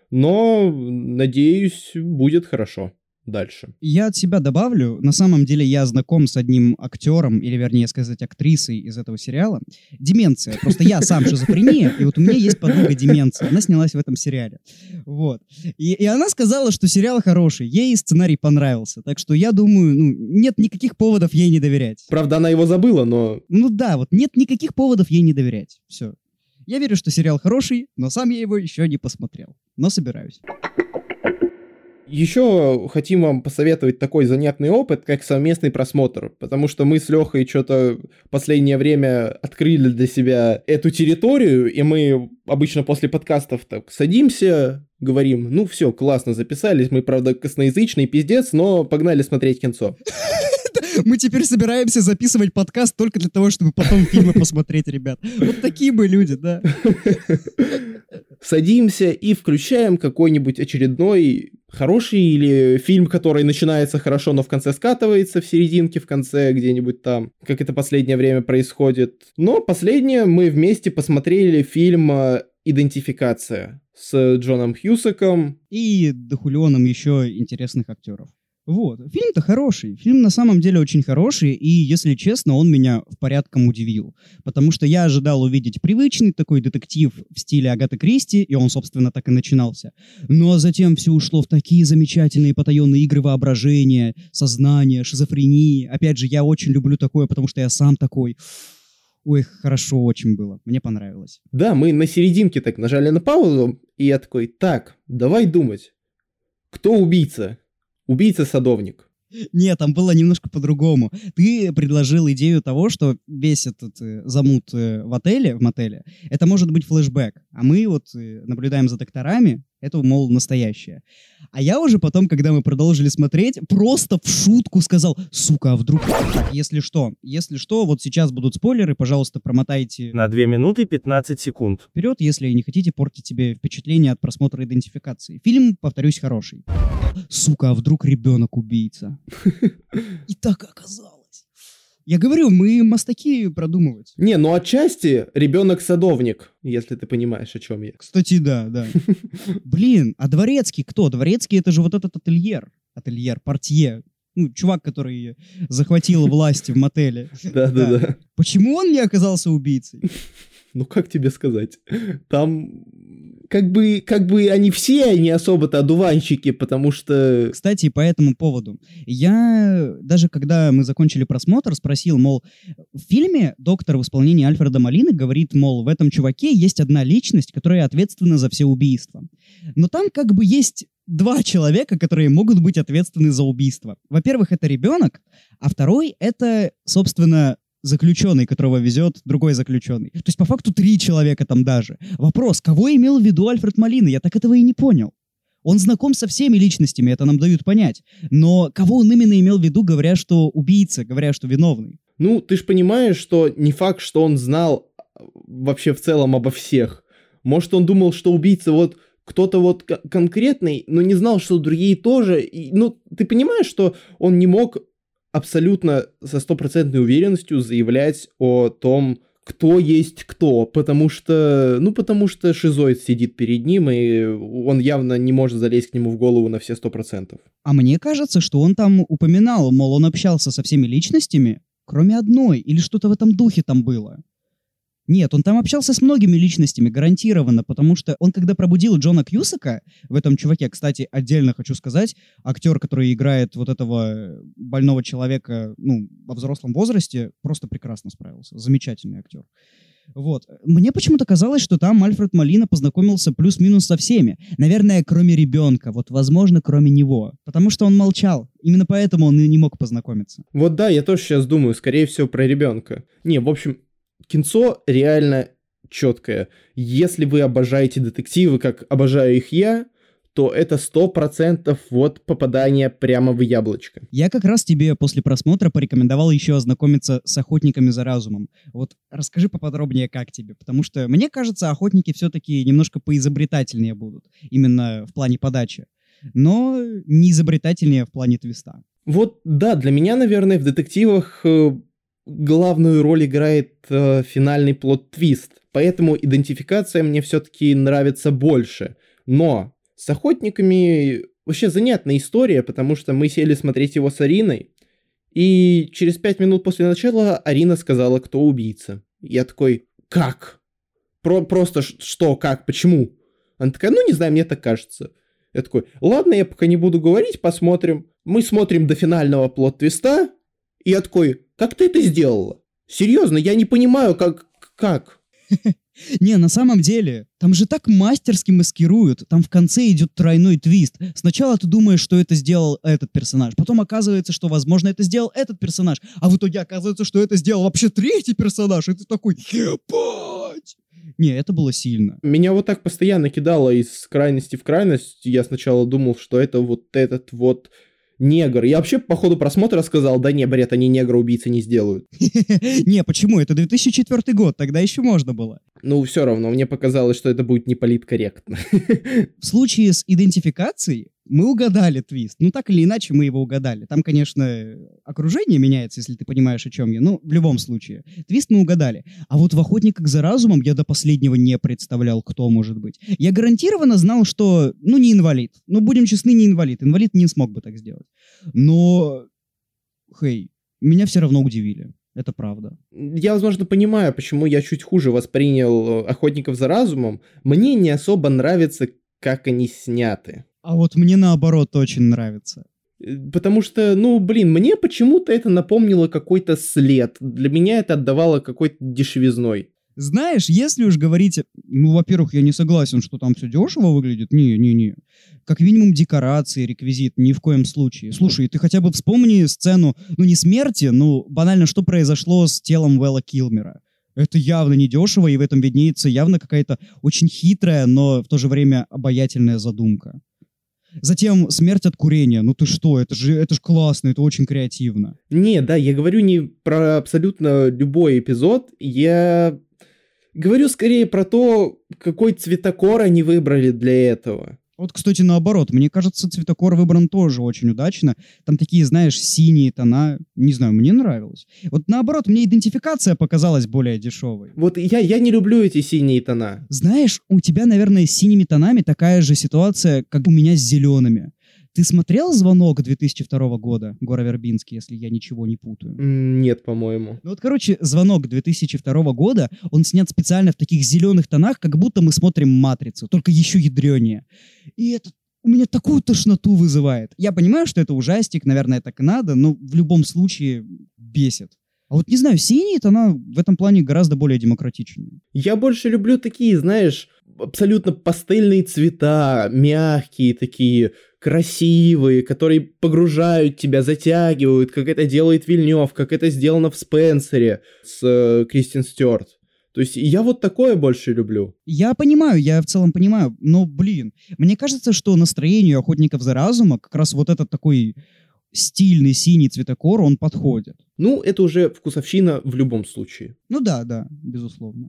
Но, надеюсь, будет хорошо. Дальше. Я от себя добавлю, на самом деле я знаком с одним актером, или вернее сказать актрисой из этого сериала. Деменция. Просто я сам шизофрения, и вот у меня есть подруга деменция. Она снялась в этом сериале. Вот. И, и она сказала, что сериал хороший, ей сценарий понравился. Так что я думаю, ну, нет никаких поводов ей не доверять. Правда, она его забыла, но... Ну да, вот нет никаких поводов ей не доверять. Все. Я верю, что сериал хороший, но сам я его еще не посмотрел. Но собираюсь. Еще хотим вам посоветовать такой занятный опыт, как совместный просмотр, потому что мы с Лехой что-то в последнее время открыли для себя эту территорию, и мы обычно после подкастов так садимся, говорим, ну все, классно записались, мы, правда, косноязычный пиздец, но погнали смотреть кинцо. Мы теперь собираемся записывать подкаст только для того, чтобы потом фильмы посмотреть, ребят. Вот такие мы люди, да. Садимся и включаем какой-нибудь очередной хороший или фильм, который начинается хорошо, но в конце скатывается, в серединке, в конце, где-нибудь там, как это последнее время происходит. Но последнее мы вместе посмотрели фильм «Идентификация» с Джоном Хьюсаком. И дохулионом еще интересных актеров. Вот. Фильм-то хороший. Фильм на самом деле очень хороший, и, если честно, он меня в порядком удивил. Потому что я ожидал увидеть привычный такой детектив в стиле Агаты Кристи, и он, собственно, так и начинался. Но затем все ушло в такие замечательные потаенные игры воображения, сознания, шизофрении. Опять же, я очень люблю такое, потому что я сам такой. Ой, хорошо очень было. Мне понравилось. Да, мы на серединке так нажали на паузу, и я такой, так, давай думать. Кто убийца? Убийца-садовник. Нет, там было немножко по-другому. Ты предложил идею того, что весь этот э, замут э, в отеле, в мотеле, это может быть флешбэк. А мы вот э, наблюдаем за докторами, это, мол, настоящее. А я уже потом, когда мы продолжили смотреть, просто в шутку сказал, сука, а вдруг... Так, если что, если что, вот сейчас будут спойлеры, пожалуйста, промотайте... На две минуты пятнадцать секунд. Вперед, если не хотите портить себе впечатление от просмотра «Идентификации». Фильм, повторюсь, хороший. Сука, а вдруг ребенок убийца? И так оказалось. Я говорю, мы мастаки продумывать. Не, ну отчасти ребенок-садовник, если ты понимаешь, о чем я. Кстати, да, да. Блин, а Дворецкий кто? Дворецкий — это же вот этот ательер. Ательер, портье. Ну, чувак, который захватил власть в мотеле. Да-да-да. Почему он не оказался убийцей? Ну, как тебе сказать? Там как бы, как бы они все не особо-то одуванчики, потому что... Кстати, по этому поводу. Я даже когда мы закончили просмотр, спросил, мол, в фильме доктор в исполнении Альфреда Молины говорит, мол, в этом чуваке есть одна личность, которая ответственна за все убийства. Но там как бы есть два человека, которые могут быть ответственны за убийство. Во-первых, это ребенок, а второй — это, собственно, заключенный, которого везет другой заключенный. То есть, по факту, три человека там даже. Вопрос, кого имел в виду Альфред Молина? Я так этого и не понял. Он знаком со всеми личностями, это нам дают понять. Но кого он именно имел в виду, говоря, что убийца, говоря, что виновный? Ну, ты же понимаешь, что не факт, что он знал вообще в целом обо всех. Может, он думал, что убийца вот кто-то вот к- конкретный, но не знал, что другие тоже. И, ну, ты понимаешь, что он не мог абсолютно со стопроцентной уверенностью заявлять о том, кто есть кто, потому что, ну, потому что шизоид сидит перед ним, и он явно не может залезть к нему в голову на все сто процентов. А мне кажется, что он там упоминал, мол, он общался со всеми личностями, кроме одной, или что-то в этом духе там было. Нет, он там общался с многими личностями, гарантированно, потому что он, когда пробудил Джона Кьюсака в этом чуваке, кстати, отдельно хочу сказать, актер, который играет вот этого больного человека, ну, во взрослом возрасте, просто прекрасно справился. Замечательный актер. Вот. Мне почему-то казалось, что там Альфред Молина познакомился плюс-минус со всеми. Наверное, кроме ребенка. Вот, возможно, кроме него. Потому что он молчал. Именно поэтому он и не мог познакомиться. Вот да, я тоже сейчас думаю, скорее всего, про ребенка. Не, в общем... Кинцо реально четкое. Если вы обожаете детективы, как обожаю их я, то это сто процентов вот попадание прямо в яблочко. Я как раз тебе после просмотра порекомендовал еще ознакомиться с «Охотниками за разумом». Вот расскажи поподробнее, как тебе, потому что, мне кажется, охотники все-таки немножко поизобретательнее будут, именно в плане подачи, но не изобретательнее в плане твиста. Вот да, для меня, наверное, в детективах... Э- главную роль играет э, финальный плот-твист, поэтому идентификация мне все-таки нравится больше. Но с охотниками вообще занятная история, потому что мы сели смотреть его с Ариной, и через пять минут после начала Арина сказала, кто убийца. Я такой, как? Про- просто что, как, почему? Она такая, ну не знаю, мне так кажется. Я такой, ладно, я пока не буду говорить, посмотрим. Мы смотрим до финального плот-твиста, и я такой, как ты это сделала? Серьезно, я не понимаю, как... как? Не, на самом деле, там же так мастерски маскируют, там в конце идет тройной твист. Сначала ты думаешь, что это сделал этот персонаж, потом оказывается, что, возможно, это сделал этот персонаж, а в итоге оказывается, что это сделал вообще третий персонаж, и ты такой, ебать! Не, это было сильно. Меня вот так постоянно кидало из крайности в крайность. Я сначала думал, что это вот этот вот негр. Я вообще по ходу просмотра сказал, да не, бред, они негра-убийцы не сделают. Не, почему? Это две тысячи четвёртый год, тогда еще можно было. Ну, все равно, мне показалось, что это будет не политкорректно. В случае с идентификацией мы угадали твист. Ну, так или иначе, мы его угадали. Там, конечно, окружение меняется, если ты понимаешь, о чем я. Ну, в любом случае. Твист мы угадали. А вот в «Охотниках за разумом» я до последнего не представлял, кто может быть. Я гарантированно знал, что, ну, не инвалид. Ну, будем честны, не инвалид. Инвалид не смог бы так сделать. Но, хей, меня все равно удивили. Это правда. Я, возможно, понимаю, почему я чуть хуже воспринял «Охотников за разумом». Мне не особо нравится, как они сняты. А вот мне, наоборот, очень нравится. Потому что, ну, блин, мне почему-то это напомнило какой-то след. Для меня это отдавало какой-то дешевизной. Знаешь, если уж говорить... Ну, во-первых, я не согласен, что там все дешево выглядит. Не-не-не. Как минимум декорации, реквизит, ни в коем случае. Слушай, ты хотя бы вспомни сцену, ну, не смерти, ну, банально, что произошло с телом Вэлла Килмера. Это явно не дешево, и в этом виднеется явно какая-то очень хитрая, но в то же время обаятельная задумка. Затем смерть от курения. Ну ты что, это же, это же классно, это очень креативно. Не, да, я говорю не про абсолютно любой эпизод, я говорю скорее про то, какой цветокор они выбрали для этого. Вот, кстати, наоборот, мне кажется, цветокор выбран тоже очень удачно. Там такие, знаешь, синие тона. Не знаю, мне нравилось. Вот наоборот, мне идентификация показалась более дешевой. Вот я, я не люблю эти синие тона. Знаешь, у тебя, наверное, с синими тонами такая же ситуация, как у меня с зелеными. Ты смотрел «Звонок» две тысячи второго года? Гора Вербински, если я ничего не путаю. Нет, по-моему. Ну вот, короче, «Звонок» две тысячи второго года, он снят специально в таких зеленых тонах, как будто мы смотрим «Матрицу», только еще ядренее. И это у меня такую тошноту вызывает. Я понимаю, что это ужастик, наверное, так и надо, но в любом случае бесит. А вот, не знаю, синий тона в этом плане гораздо более демократичнее. Я больше люблю такие, знаешь, абсолютно пастельные цвета, мягкие такие, красивые, которые погружают тебя, затягивают, как это делает Вильнёв, как это сделано в «Спенсере» с э, Кристен Стюарт. То есть я вот такое больше люблю. Я понимаю, я в целом понимаю, но, блин, мне кажется, что настроению «Охотников за разумом» как раз вот этот такой стильный синий цветокор, он подходит. Ну, это уже вкусовщина в любом случае. Ну да, да, безусловно.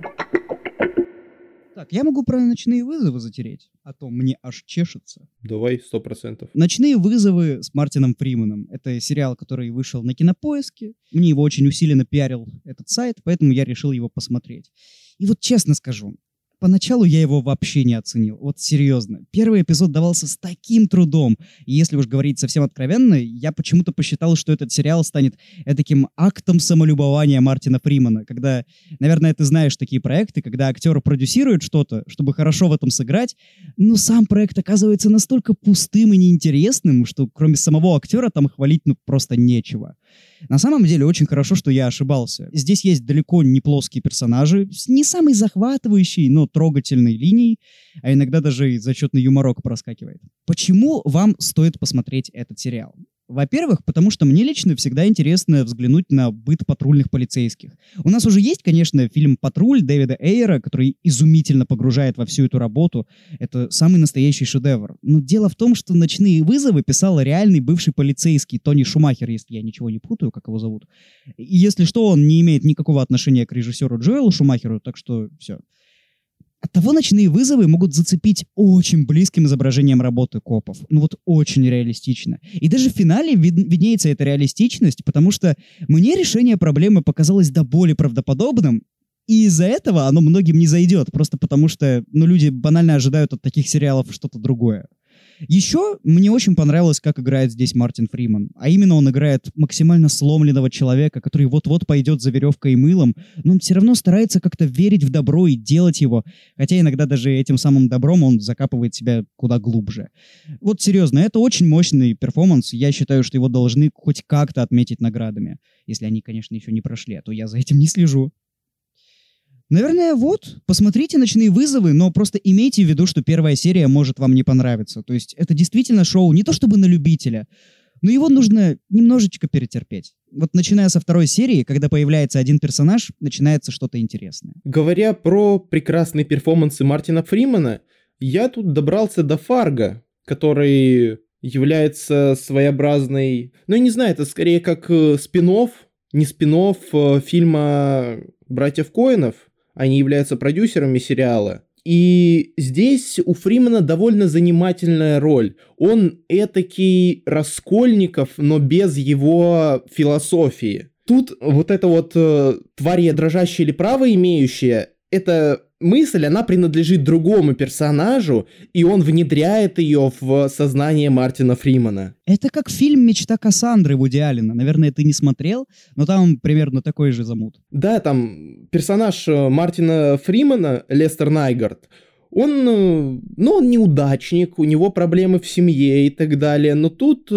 Так, я могу про «Ночные вызовы» затереть, а то мне аж чешется. Давай, сто процентов. «Ночные вызовы» с Мартином Фриманом. Это сериал, который вышел на Кинопоиске. Мне его очень усиленно пиарил этот сайт, поэтому я решил его посмотреть. И вот честно скажу, поначалу я его вообще не оценил. Вот серьезно. Первый эпизод давался с таким трудом. И если уж говорить совсем откровенно, я почему-то посчитал, что этот сериал станет таким актом самолюбования Мартина Фримана. Когда, наверное, ты знаешь такие проекты, когда актер продюсирует что-то, чтобы хорошо в этом сыграть, но сам проект оказывается настолько пустым и неинтересным, что кроме самого актера там хвалить ну просто нечего. На самом деле очень хорошо, что я ошибался. Здесь есть далеко не плоские персонажи, с не самой захватывающей, но трогательной линией, а иногда даже и зачетный юморок проскакивает. Почему вам стоит посмотреть этот сериал? Во-первых, потому что мне лично всегда интересно взглянуть на быт патрульных полицейских. У нас уже есть, конечно, фильм «Патруль» Дэвида Эйера, который изумительно погружает во всю эту работу. Это самый настоящий шедевр. Но дело в том, что «Ночные вызовы» писал реальный бывший полицейский Тони Шумахер, если я ничего не путаю, как его зовут. И если что, он не имеет никакого отношения к режиссеру Джоэлу Шумахеру, так что все. Оттого «Ночные вызовы» могут зацепить очень близким изображением работы копов. Ну вот очень реалистично. И даже в финале вид- виднеется эта реалистичность, потому что мне решение проблемы показалось до боли правдоподобным, и из-за этого оно многим не зайдет, просто потому что ну, люди банально ожидают от таких сериалов что-то другое. Еще мне очень понравилось, как играет здесь Мартин Фриман. А именно он играет максимально сломленного человека, который вот-вот пойдет за веревкой и мылом, но он все равно старается как-то верить в добро и делать его, хотя иногда даже этим самым добром он закапывает себя куда глубже. Вот серьезно, это очень мощный перформанс. Я считаю, что его должны хоть как-то отметить наградами. Если они, конечно, еще не прошли, а то я за этим не слежу. Наверное, вот, посмотрите «Ночные вызовы», но просто имейте в виду, что первая серия может вам не понравиться. То есть это действительно шоу не то чтобы на любителя, но его нужно немножечко перетерпеть. Вот начиная со второй серии, когда появляется один персонаж, начинается что-то интересное. Говоря про прекрасные перформансы Мартина Фримена, я тут добрался до Фарго, который является своеобразной... Ну, я не знаю, это скорее как спин-офф, не спин-офф фильма «Братьев Коэнов». Они являются продюсерами сериала. И здесь у Фримена довольно занимательная роль. Он этакий Раскольников, но без его философии. Тут вот эта вот э, тварь я дрожащая или право имеющая, эта мысль, она принадлежит другому персонажу, и он внедряет ее в сознание Мартина Фримена. Это как фильм «Мечта Кассандры» Вуди Аллена. Наверное, ты не смотрел, но там примерно такой же замут. Да, там персонаж Мартина Фримена, Лестер Найгард, он, ну, он неудачник, у него проблемы в семье и так далее, но тут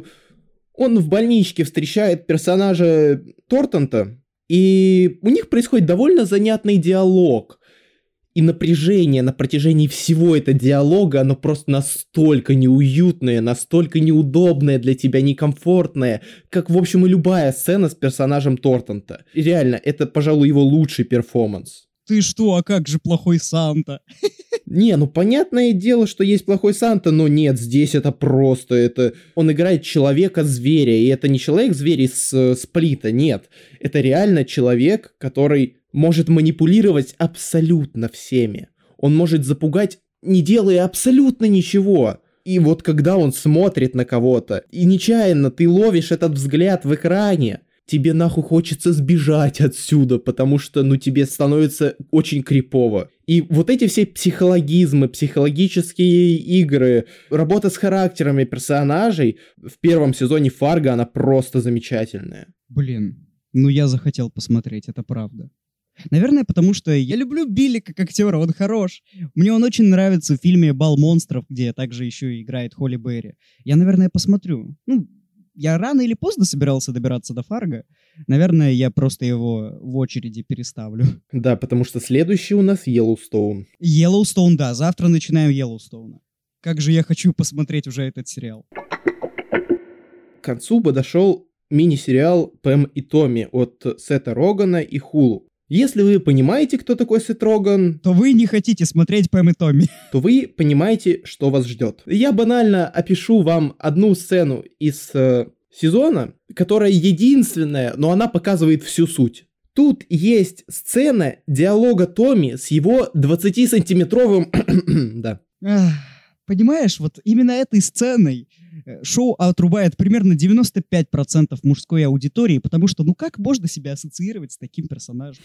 он в больничке встречает персонажа Тортонта, и у них происходит довольно занятный диалог. И напряжение на протяжении всего этого диалога, оно просто настолько неуютное, настолько неудобное для тебя, некомфортное, как, в общем, и любая сцена с персонажем Тортонта. И реально, это, пожалуй, его лучший перформанс. Ты что, а как же плохой Санта? Не, ну понятное дело, что есть плохой Санта, но нет, здесь это просто, это... Он играет человека-зверя, и это не человек-зверь из э, Сплита, нет. Это реально человек, который может манипулировать абсолютно всеми. Он может запугать, не делая абсолютно ничего. И вот когда он смотрит на кого-то, и нечаянно ты ловишь этот взгляд в экране, тебе нахуй хочется сбежать отсюда, потому что, ну, тебе становится очень крипово. И вот эти все психологизмы, психологические игры, работа с характерами персонажей в первом сезоне Фарго, она просто замечательная. Блин, ну я захотел посмотреть, это правда. Наверное, потому что я люблю Билли как актера, он хорош. Мне он очень нравится в фильме «Бал монстров», где также еще и играет Холли Берри. Я, наверное, посмотрю. Ну, я рано или поздно собирался добираться до Фарго. Наверное, я просто его в очереди переставлю. Да, потому что следующий у нас Йеллоустоун. Йеллоустоун, да, завтра начинаем Йеллоустоуна. Как же я хочу посмотреть уже этот сериал. К концу подошел мини-сериал «Пэм и Томми» от Сета Рогана и Hulu. Если вы понимаете, кто такой Сет Роган, то вы не хотите смотреть Пэм и Томми. То вы понимаете, что вас ждет. Я банально опишу вам одну сцену из э, сезона, которая единственная, но она показывает всю суть. Тут есть сцена диалога Томми с его двадцатисантиметровым... да. Ах, понимаешь, вот именно этой сценой шоу отрубает примерно девяносто пять процентов мужской аудитории, потому что, ну как можно себя ассоциировать с таким персонажем?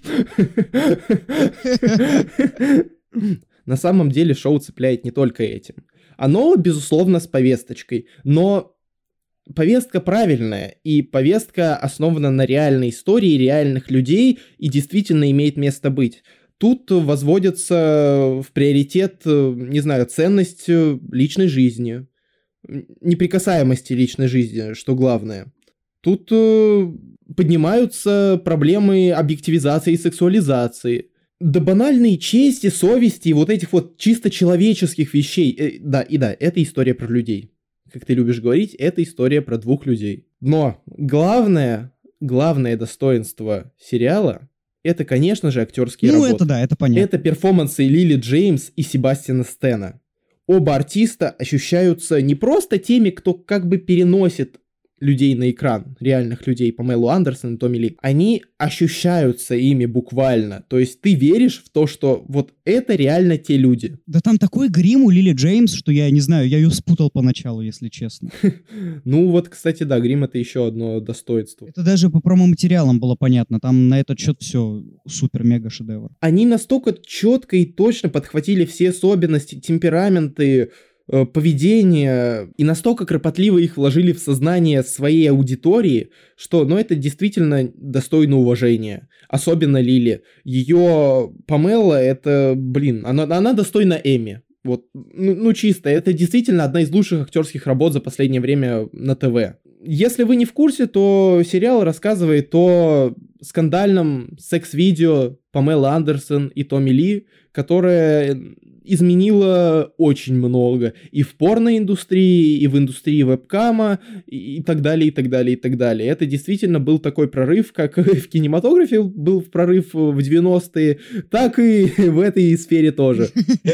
На самом деле шоу цепляет не только этим. Оно, безусловно, с повесточкой, но повестка правильная, и повестка основана на реальной истории реальных людей и действительно имеет место быть. Тут возводится в приоритет, не знаю, ценность личной жизни, неприкасаемости личной жизни, что главное. Тут э, поднимаются проблемы объективизации и сексуализации. До банальной чести, совести и вот этих вот чисто человеческих вещей. Э, да, и да, это история про людей. Как ты любишь говорить, это история про двух людей. Но главное, главное достоинство сериала — это, конечно же, актерские ну, работы. Ну, это да, это понятно. Это перформансы Лили Джеймс и Себастьяна Стэна. Оба артиста ощущаются не просто теми, кто как бы переносит людей на экран, реальных людей, Памелу Андерсон и Томми Ли. Они ощущаются ими буквально. То есть ты веришь в то, что вот это реально те люди. Да там такой грим у Лили Джеймс, что я не знаю, я ее спутал поначалу, если честно. Ну вот, кстати, да, грим — это еще одно достоинство. Это даже по промо-материалам было понятно. Там на этот счет все супер-мега-шедевр. Они настолько четко и точно подхватили все особенности, темпераменты, поведение, и настолько кропотливо их вложили в сознание своей аудитории, что, ну, это действительно достойно уважения. Особенно Лили. Ее Памела, это, блин, она, она достойна Эмми. Вот, ну, ну, чисто, это действительно одна из лучших актерских работ за последнее время на ТВ. Если вы не в курсе, то сериал рассказывает о скандальном секс-видео Памелы Андерсон и Томми Ли, которое изменило очень много и в порноиндустрии, и в индустрии вебкама, и так далее, и так далее, и так далее. Это действительно был такой прорыв, как в кинематографе был прорыв в девяностые, так и в этой сфере тоже.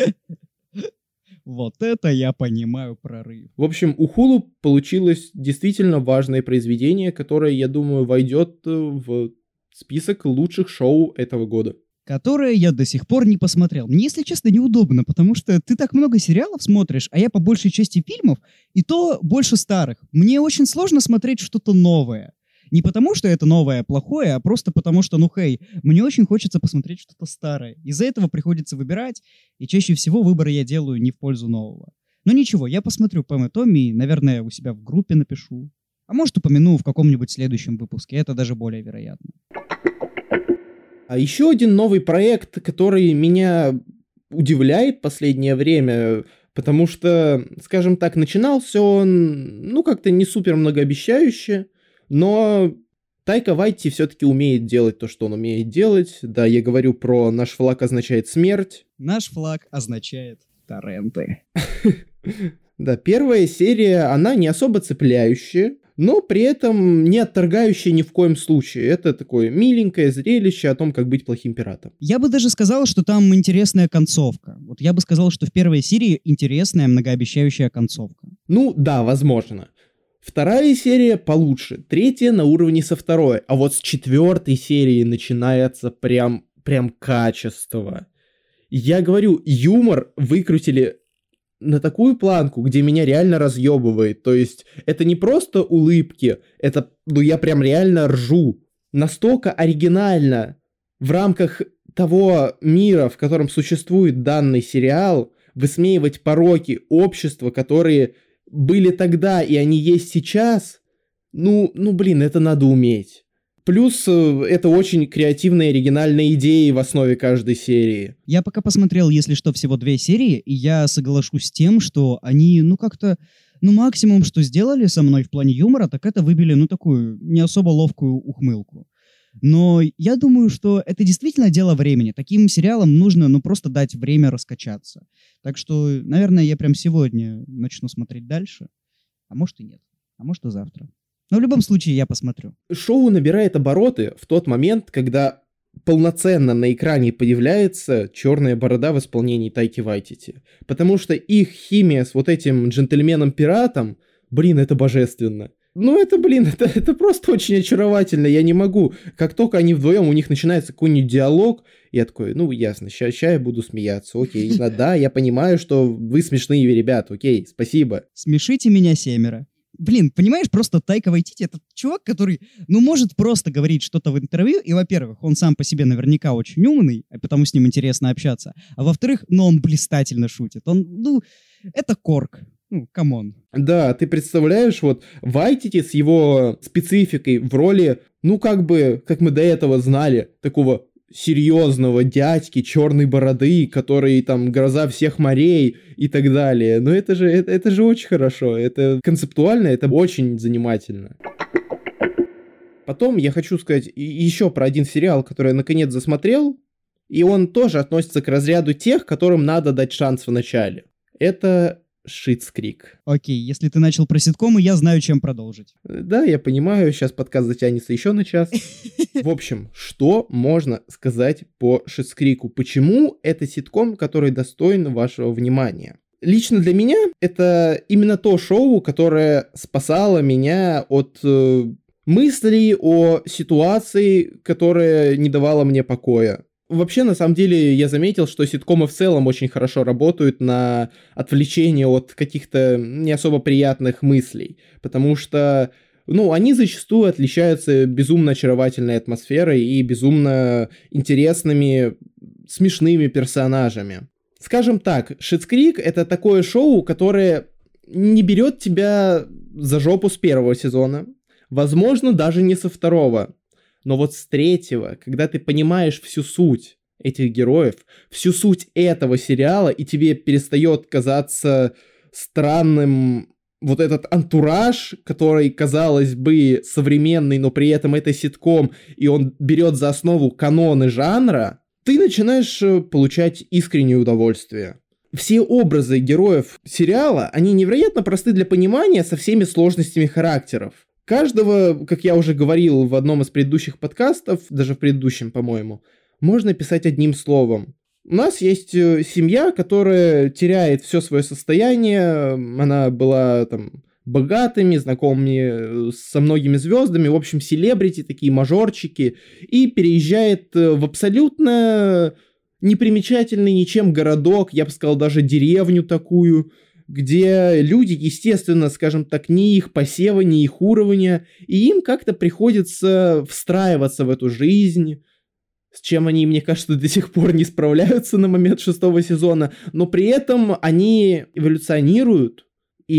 Вот это я понимаю прорыв. В общем, у Hulu получилось действительно важное произведение, которое, я думаю, войдет в список лучших шоу этого года. Которое я до сих пор не посмотрел. Мне, если честно, неудобно, потому что ты так много сериалов смотришь, а я по большей части фильмов, и то больше старых. Мне очень сложно смотреть что-то новое. Не потому, что это новое плохое, а просто потому, что, ну хей, мне очень хочется посмотреть что-то старое. Из-за этого приходится выбирать, и чаще всего выборы я делаю не в пользу нового. Но ничего, я посмотрю Пэм и Томми, наверное, у себя в группе напишу. А может, упомяну в каком-нибудь следующем выпуске, это даже более вероятно. А еще один новый проект, который меня удивляет в последнее время, потому что, скажем так, начинался он, ну, как-то не супер многообещающе, но Тайка Вайтити все-таки умеет делать то, что он умеет делать. Да, я говорю про «Наш флаг означает смерть». Наш флаг означает торренты. Да, первая серия, она не особо цепляющая, но при этом не отторгающая ни в коем случае. Это такое миленькое зрелище о том, как быть плохим пиратом. Я бы даже сказал, что там интересная концовка. Вот я бы сказал, что в первой серии интересная, многообещающая концовка. Ну да, возможно. Вторая серия получше, третья на уровне со второй, а вот с четвертой серии начинается прям, прям качество. Я говорю, юмор выкрутили на такую планку, где меня реально разъебывает. То есть это не просто улыбки, это, ну я прям реально ржу. Настолько оригинально в рамках того мира, в котором существует данный сериал, высмеивать пороки общества, которые были тогда и они есть сейчас, ну, ну блин, это надо уметь. Плюс это очень креативные, оригинальные идеи в основе каждой серии. Я пока посмотрел, если что, всего две серии, и я соглашусь с тем, что они, ну, как-то, ну, максимум, что сделали со мной в плане юмора, так это выбили, ну, такую не особо ловкую ухмылку. Но я думаю, что это действительно дело времени. Таким сериалам нужно, ну, просто дать время раскачаться. Так что, наверное, я прям сегодня начну смотреть дальше. А может и нет. А может и завтра. Но в любом случае я посмотрю. Шоу набирает обороты в тот момент, когда полноценно на экране появляется черная борода в исполнении Тайки Вайтити. Потому что их химия с вот этим джентльменом-пиратом, блин, это божественно. Ну это, блин, это, это просто очень очаровательно, я не могу. Как только они вдвоем, у них начинается какой-нибудь диалог, я такой, ну ясно, ща, ща я буду смеяться, окей. Да, я понимаю, что вы смешные ребята, окей, спасибо. Смешите меня семеро. Блин, понимаешь, просто Тайка Вайтити — это чувак, который, ну, может просто говорить что-то в интервью, и, во-первых, он сам по себе наверняка очень умный, а потому с ним интересно общаться, а во-вторых, ну, он блистательно шутит. Он, ну, это Корк. Ну, камон. Да, ты представляешь, вот Вайтити с его спецификой в роли, ну, как бы, как мы до этого знали, такого серьезного дядьки, черной бороды, который там гроза всех морей и так далее. Но это же, это, это же очень хорошо, это концептуально, это очень занимательно. Потом я хочу сказать еще про один сериал, который я наконец засмотрел, и он тоже относится к разряду тех, которым надо дать шанс в начале. Это Шитс Крик. Окей, если ты начал про ситкомы, я знаю, чем продолжить. Да, я понимаю, сейчас подкаст затянется еще на час. В общем, что можно сказать по Шитс Крику? Почему это ситком, который достоин вашего внимания? Лично для меня это именно то шоу, которое спасало меня от э, мыслей о ситуации, которая не давала мне покоя. Вообще, на самом деле, я заметил, что ситкомы в целом очень хорошо работают на отвлечение от каких-то не особо приятных мыслей, потому что, ну, они зачастую отличаются безумно очаровательной атмосферой и безумно интересными, смешными персонажами. Скажем так, Шитс Крик — это такое шоу, которое не берет тебя за жопу с первого сезона, возможно, даже не со второго. Но вот с третьего, когда ты понимаешь всю суть этих героев, всю суть этого сериала, и тебе перестает казаться странным вот этот антураж, который, казалось бы, современный, но при этом это ситком, и он берет за основу каноны жанра, ты начинаешь получать искреннее удовольствие. Все образы героев сериала, они невероятно просты для понимания со всеми сложностями характеров. Каждого, как я уже говорил в одном из предыдущих подкастов, даже в предыдущем, по-моему, можно писать одним словом. У нас есть семья, которая теряет все свое состояние, она была там богатыми, знакомыми со многими звездами, в общем, селебрити, такие мажорчики, и переезжает в абсолютно непримечательный ничем городок, я бы сказал, даже деревню такую, где люди, естественно, скажем так, не их посева, не их уровня, и им как-то приходится встраиваться в эту жизнь, с чем они, мне кажется, до сих пор не справляются на момент шестого сезона, но при этом они эволюционируют,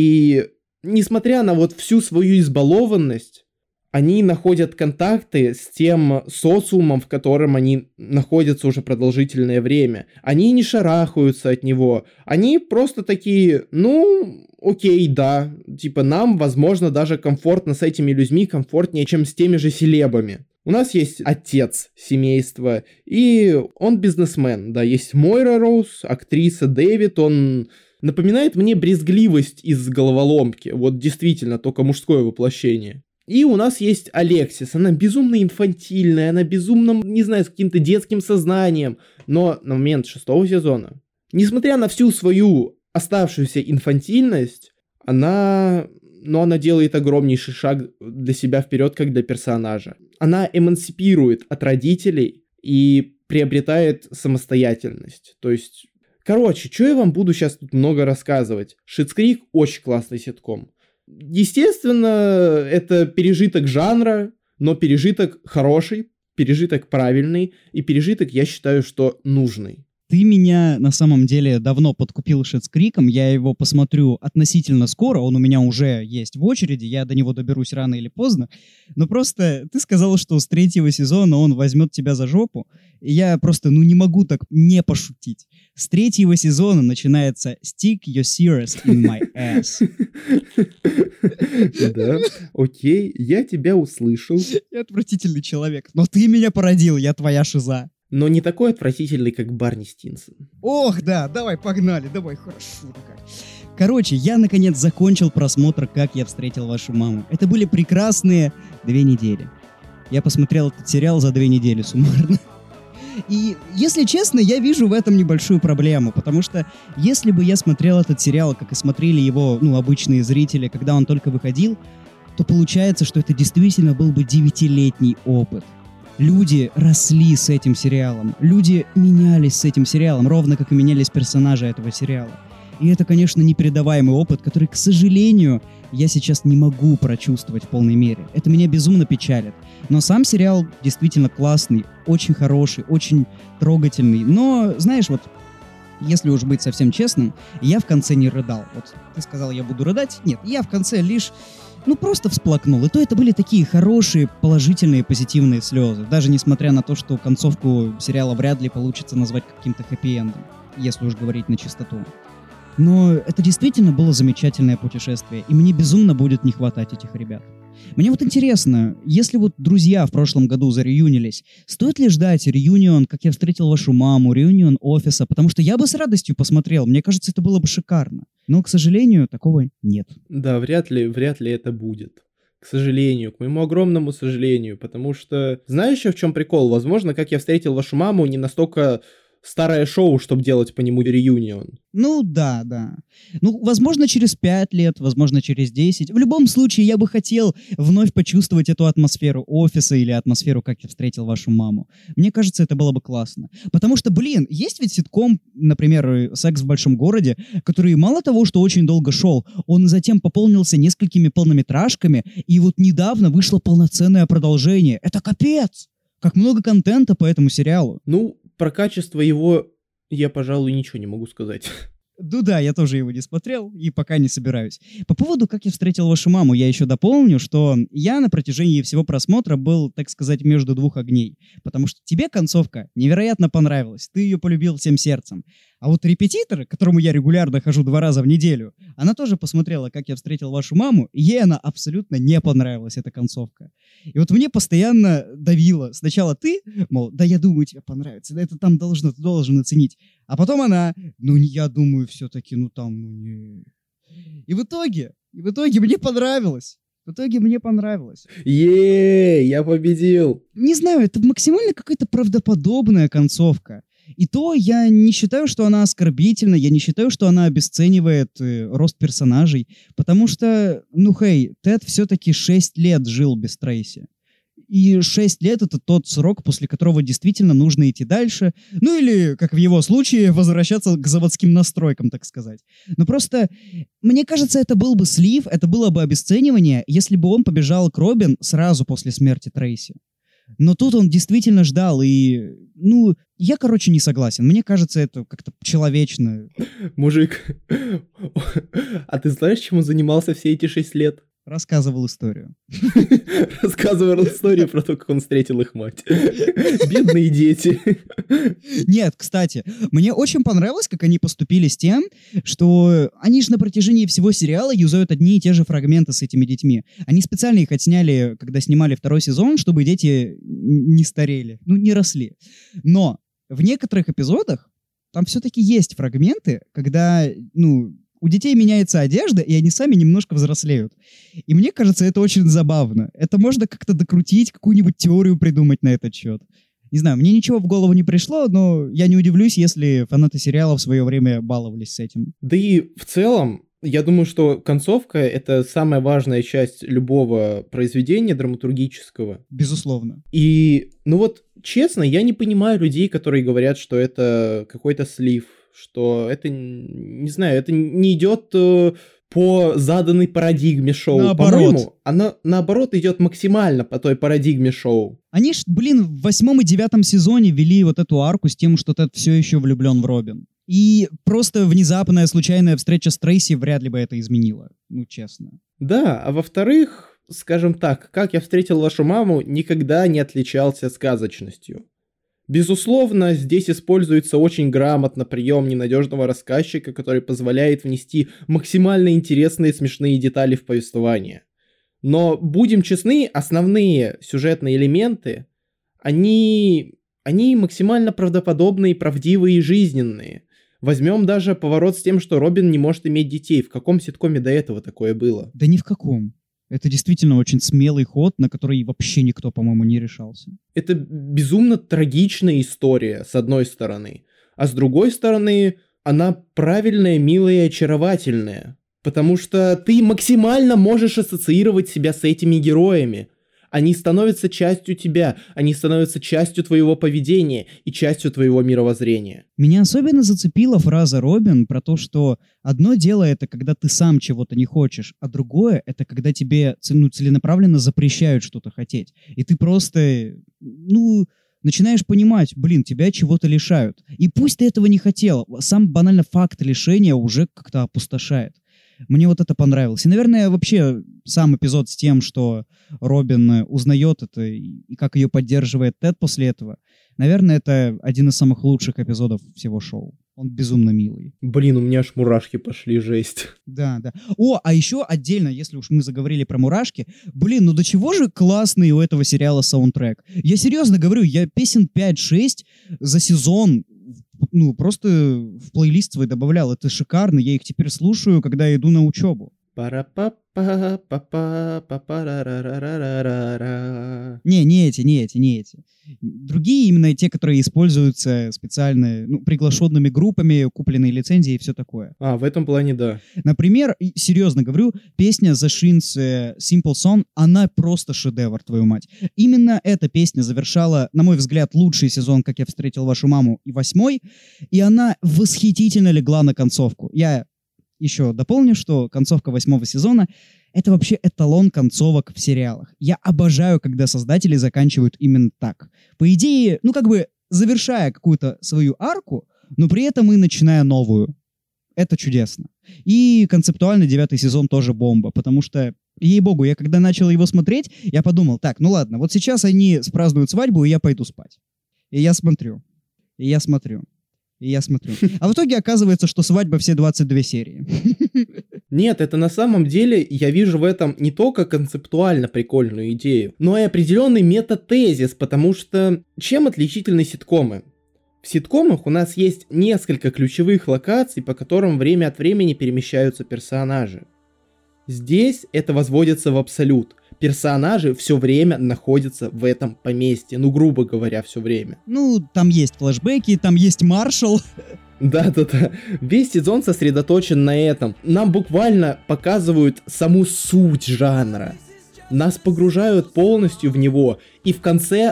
и несмотря на вот всю свою избалованность, они находят контакты с тем социумом, в котором они находятся уже продолжительное время. Они не шарахаются от него, они просто такие, ну, окей, да, типа нам, возможно, даже комфортно с этими людьми, комфортнее, чем с теми же селебами. У нас есть отец семейства, и он бизнесмен, да, есть Мойра Роуз, актриса Дэвид, он напоминает мне брезгливость из головоломки, вот действительно, только мужское воплощение. И у нас есть Алексис, она безумно инфантильная, она безумно, не знаю, с каким-то детским сознанием, но на момент шестого сезона, несмотря на всю свою оставшуюся инфантильность, она... но она делает огромнейший шаг для себя вперед, как для персонажа. Она эмансипирует от родителей и приобретает самостоятельность. То есть, короче, что я вам буду сейчас тут много рассказывать? Шиттс Крик очень классный ситком. Естественно, это пережиток жанра, но пережиток хороший, пережиток правильный и пережиток, я считаю, что нужный. Ты меня на самом деле давно подкупил Шиттс Криком, я его посмотрю относительно скоро, он у меня уже есть в очереди, я до него доберусь рано или поздно, но просто ты сказал, что с третьего сезона он возьмет тебя за жопу, и я просто, ну, не могу так не пошутить. С третьего сезона начинается «Stick your sears in my ass». Да, окей, я тебя услышал. Я отвратительный человек, но ты меня породил, я твоя шиза. Но не такой отвратительный, как Барни Стинсон. Ох, да, давай, погнали, давай, хорошо. Короче, я наконец закончил просмотр «Как я встретил вашу маму». Это были прекрасные две недели. Я посмотрел этот сериал за две недели суммарно. И, если честно, я вижу в этом небольшую проблему, потому что если бы я смотрел этот сериал, как и смотрели его, ну, обычные зрители, когда он только выходил, то получается, что это действительно был бы девятилетний опыт. Люди росли с этим сериалом, люди менялись с этим сериалом, ровно как и менялись персонажи этого сериала. И это, конечно, непередаваемый опыт, который, к сожалению, я сейчас не могу прочувствовать в полной мере. Это меня безумно печалит. Но сам сериал действительно классный, очень хороший, очень трогательный. Но, знаешь, вот, если уж быть совсем честным, я в конце не рыдал. Вот ты сказал, я буду рыдать. Нет, я в конце лишь... Ну, просто всплакнул. И то это были такие хорошие, положительные, позитивные слезы. Даже несмотря на то, что концовку сериала вряд ли получится назвать каким-то хэппи-эндом, если уж говорить на чистоту. Но это действительно было замечательное путешествие, и мне безумно будет не хватать этих ребят. Мне вот интересно, если вот друзья в прошлом году зареюнились, стоит ли ждать реюнион, как я встретил вашу маму, реюнион офиса, потому что я бы с радостью посмотрел, мне кажется, это было бы шикарно. Но, к сожалению, такого нет. Да, вряд ли, вряд ли это будет. К сожалению, к моему огромному сожалению, потому что, знаешь еще в чем прикол? Возможно, как я встретил вашу маму, не настолько старое шоу, чтобы делать по нему реюнион. Ну да, да. Ну, возможно, через пять лет, возможно, через десять. В любом случае, я бы хотел вновь почувствовать эту атмосферу офиса или атмосферу, как я встретил вашу маму. Мне кажется, это было бы классно. Потому что, блин, есть ведь ситком, например, «Секс в большом городе», который мало того, что очень долго шел, он затем пополнился несколькими полнометражками, и вот недавно вышло полноценное продолжение. Это капец! Как много контента по этому сериалу. Ну, про качество его я, пожалуй, ничего не могу сказать. Ну да, я тоже его не смотрел и пока не собираюсь. По поводу «Как я встретил вашу маму», я еще дополню, что я на протяжении всего просмотра был, так сказать, между двух огней. Потому что тебе концовка невероятно понравилась, ты ее полюбил всем сердцем. А вот репетитор, к которому я регулярно хожу два раза в неделю, она тоже посмотрела, как я встретил вашу маму, и ей она абсолютно не понравилась, эта концовка. И вот мне постоянно давило. Сначала ты, мол, да я думаю, тебе понравится, да это там должно, ты должен оценить. А потом она, ну я думаю все-таки, ну там, ну не... И в итоге, и в итоге мне понравилось. В итоге мне понравилось. Е, я победил. Не знаю, это максимально какая-то правдоподобная концовка. И то я не считаю, что она оскорбительна, я не считаю, что она обесценивает э, рост персонажей, потому что, ну хей, Тед все-таки шесть лет жил без Трейси. И шесть лет — это тот срок, после которого действительно нужно идти дальше, ну или, как в его случае, возвращаться к заводским настройкам, так сказать. Но просто, мне кажется, это был бы слив, это было бы обесценивание, если бы он побежал к Робин сразу после смерти Трейси. Но тут он действительно ждал, и, ну, я, короче, не согласен. Мне кажется, это как-то человечно. Мужик, а ты знаешь, чем он занимался все эти шесть лет? Рассказывал историю. Рассказывал историю про то, как он встретил их мать. Бедные дети. Нет, кстати, мне очень понравилось, как они поступили с тем, что они же на протяжении всего сериала юзают одни и те же фрагменты с этими детьми. Они специально их отсняли, когда снимали второй сезон, чтобы дети не старели, ну, не росли. Но в некоторых эпизодах там все-таки есть фрагменты, когда, ну, у детей меняется одежда, и они сами немножко взрослеют. И мне кажется, это очень забавно. Это можно как-то докрутить, какую-нибудь теорию придумать на этот счет. Не знаю, мне ничего в голову не пришло, но я не удивлюсь, если фанаты сериала в свое время баловались с этим. Да и в целом, я думаю, что концовка — это самая важная часть любого произведения драматургического. Безусловно. И, ну вот, честно, я не понимаю людей, которые говорят, что это какой-то слив, что это, не знаю, это не идет э, по заданной парадигме шоу. Наоборот. По-моему, она, наоборот, идет максимально по той парадигме шоу. Они ж, блин, в восьмом и девятом сезоне вели вот эту арку с тем, что Тед все еще влюблен в Робин. И просто внезапная случайная встреча с Трейси вряд ли бы это изменило. Ну, честно. Да, а во-вторых, скажем так, «Как я встретил вашу маму» никогда не отличался сказочностью. Безусловно, здесь используется очень грамотно прием ненадежного рассказчика, который позволяет внести максимально интересные и смешные детали в повествование. Но, будем честны, основные сюжетные элементы, они, они максимально правдоподобные, правдивые и жизненные. Возьмем даже поворот с тем, что Робин не может иметь детей. В каком ситкоме до этого такое было? Да ни в каком. Это действительно очень смелый ход, на который вообще никто, по-моему, не решался. Это безумно трагичная история, с одной стороны. А с другой стороны, она правильная, милая и очаровательная. Потому что ты максимально можешь ассоциировать себя с этими героями. Они становятся частью тебя, они становятся частью твоего поведения и частью твоего мировоззрения. Меня особенно зацепила фраза Робин про то, что одно дело это, когда ты сам чего-то не хочешь, а другое это, когда тебе ну, целенаправленно запрещают что-то хотеть. И ты просто, ну, начинаешь понимать, блин, тебя чего-то лишают. И пусть ты этого не хотел, сам банально факт лишения уже как-то опустошает. Мне вот это понравилось. И, наверное, вообще сам эпизод с тем, что Робин узнает это и как ее поддерживает Тед после этого, наверное, это один из самых лучших эпизодов всего шоу. Он безумно милый. Блин, у меня аж мурашки пошли, жесть. Да, да. О, а еще отдельно, если уж мы заговорили про мурашки, блин, ну до чего же классный у этого сериала саундтрек. Я серьезно говорю, я песен пять-шесть за сезон ну, просто в плейлист свой добавлял. Это шикарно, я их теперь слушаю, когда иду на учебу. Не, не эти, не эти, не эти. Другие именно те, которые используются специально, ну, приглашенными группами, купленные лицензии и все такое. А, в этом плане да. Например, серьезно говорю, песня The Shins Simple Song, она просто шедевр, твою мать. Именно эта песня завершала, на мой взгляд, лучший сезон «Как я встретил вашу маму» и восьмой, и она восхитительно легла на концовку. Я еще дополню, что концовка восьмого сезона — это вообще эталон концовок в сериалах. Я обожаю, когда создатели заканчивают именно так. По идее, ну как бы завершая какую-то свою арку, но при этом и начиная новую. Это чудесно. И концептуально девятый сезон тоже бомба, потому что, ей-богу, я когда начал его смотреть, я подумал, так, ну ладно, вот сейчас они спразднуют свадьбу, и я пойду спать. И я смотрю. И я смотрю. И я смотрю. А в итоге оказывается, что свадьба все двадцать две серии. Нет, это на самом деле, я вижу в этом не только концептуально прикольную идею, но и определенный метатезис, потому что чем отличительны ситкомы? В ситкомах у нас есть несколько ключевых локаций, по которым время от времени перемещаются персонажи. Здесь это возводится в абсолют. Персонажи все время находятся в этом поместье, ну, грубо говоря, все время. Ну, там есть флешбеки, там есть маршал. Да-да-да, весь сезон сосредоточен на этом. Нам буквально показывают саму суть жанра. Нас погружают полностью в него, и в конце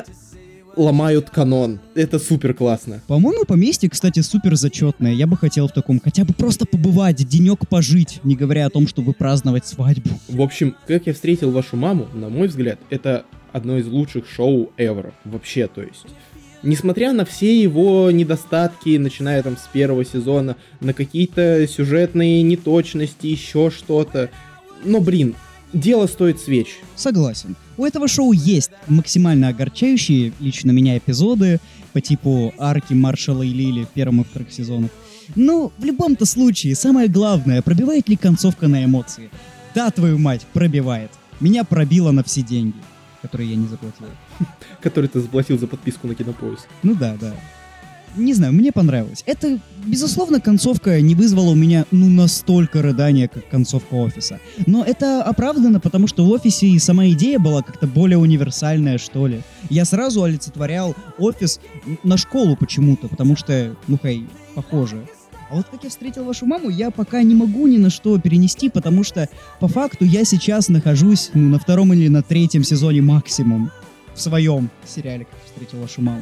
ломают канон. Это супер классно. По-моему, поместье, кстати, супер зачетное. Я бы хотел в таком хотя бы просто побывать, денек пожить, не говоря о том, чтобы праздновать свадьбу. В общем, как я встретил вашу маму, на мой взгляд, это одно из лучших шоу ever. Вообще, то есть. Несмотря на все его недостатки, начиная там с первого сезона, на какие-то сюжетные неточности, еще что-то. Но, блин, дело стоит свеч. Согласен. У этого шоу есть максимально огорчающие лично меня эпизоды по типу арки Маршала и Лили в первом и вторых сезонах. Но в любом-то случае, самое главное, пробивает ли концовка на эмоции? Да, твою мать, пробивает. Меня пробило на все деньги, которые я не заплатил. Который ты заплатил за подписку на Кинопоиск. Ну да, да. Не знаю, мне понравилось. Это, безусловно, концовка не вызвала у меня, ну, настолько рыдания, как концовка «Офиса». Но это оправдано, потому что в «Офисе» и сама идея была как-то более универсальная, что ли. Я сразу олицетворял «Офис» на школу почему-то, потому что, ну, хай, похоже. А вот как я встретил вашу маму, я пока не могу ни на что перенести, потому что, по факту, я сейчас нахожусь, ну, на втором или на третьем сезоне максимум в своем сериале «Как я встретил вашу маму».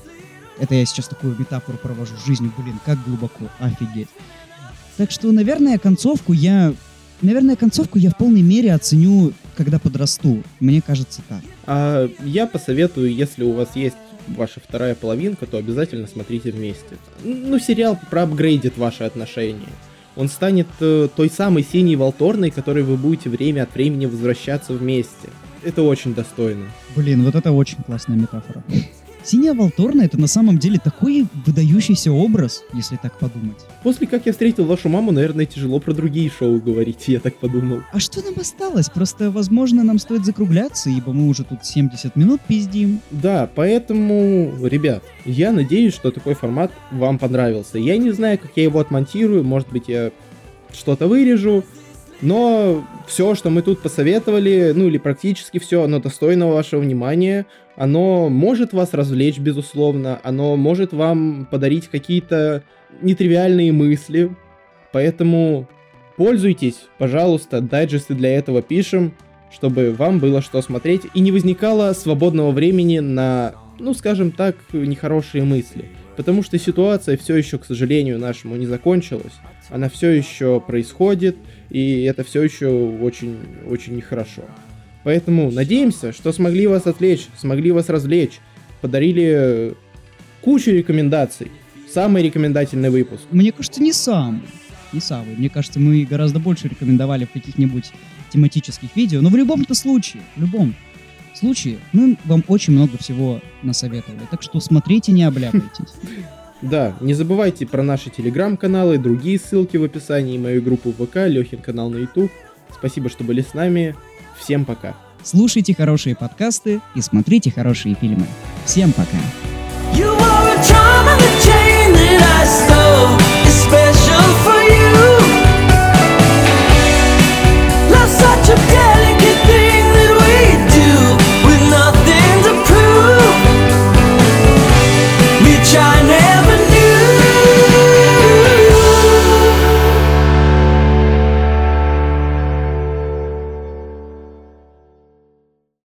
Это я сейчас такую метафору провожу. Жизнь, блин, как глубоко, офигеть. Так что, наверное, концовку я... Наверное, концовку я в полной мере оценю, когда подрасту. Мне кажется так. А я посоветую, если у вас есть ваша вторая половинка, то обязательно смотрите вместе. Ну, сериал проапгрейдит ваши отношения. Он станет э, той самой синей волторной, к которой вы будете время от времени возвращаться вместе. Это очень достойно. Блин, вот это очень классная метафора. Синяя Волторна — это на самом деле такой выдающийся образ, если так подумать. После «Как я встретил вашу маму», наверное, тяжело про другие шоу говорить, я так подумал. А что нам осталось? Просто, возможно, нам стоит закругляться, ибо мы уже тут семьдесят минут пиздим. Да, поэтому, ребят, я надеюсь, что такой формат вам понравился. Я не знаю, как я его отмонтирую, может быть, я что-то вырежу, но все, что мы тут посоветовали, ну или практически все, оно достойно вашего внимания. Оно может вас развлечь, безусловно, оно может вам подарить какие-то нетривиальные мысли, поэтому пользуйтесь, пожалуйста, дайджесты для этого пишем, чтобы вам было что смотреть и не возникало свободного времени на, ну скажем так, нехорошие мысли, потому что ситуация все еще, к сожалению, нашему не закончилась, она все еще происходит, и это все еще очень-очень нехорошо. Поэтому надеемся, что смогли вас отвлечь, смогли вас развлечь, подарили кучу рекомендаций. Самый рекомендательный выпуск. Мне кажется, не самый. Не самый. Мне кажется, мы гораздо больше рекомендовали в каких-нибудь тематических видео. Но в любом-то случае, в любом случае, мы вам очень много всего насоветовали. Так что смотрите, не обляпайтесь. Да, не забывайте про наши телеграм-каналы, другие ссылки в описании, мою группу в ВК, Лехин канал на YouTube. Спасибо, что были с нами. Всем пока. Слушайте хорошие подкасты и смотрите хорошие фильмы. Всем пока. You are a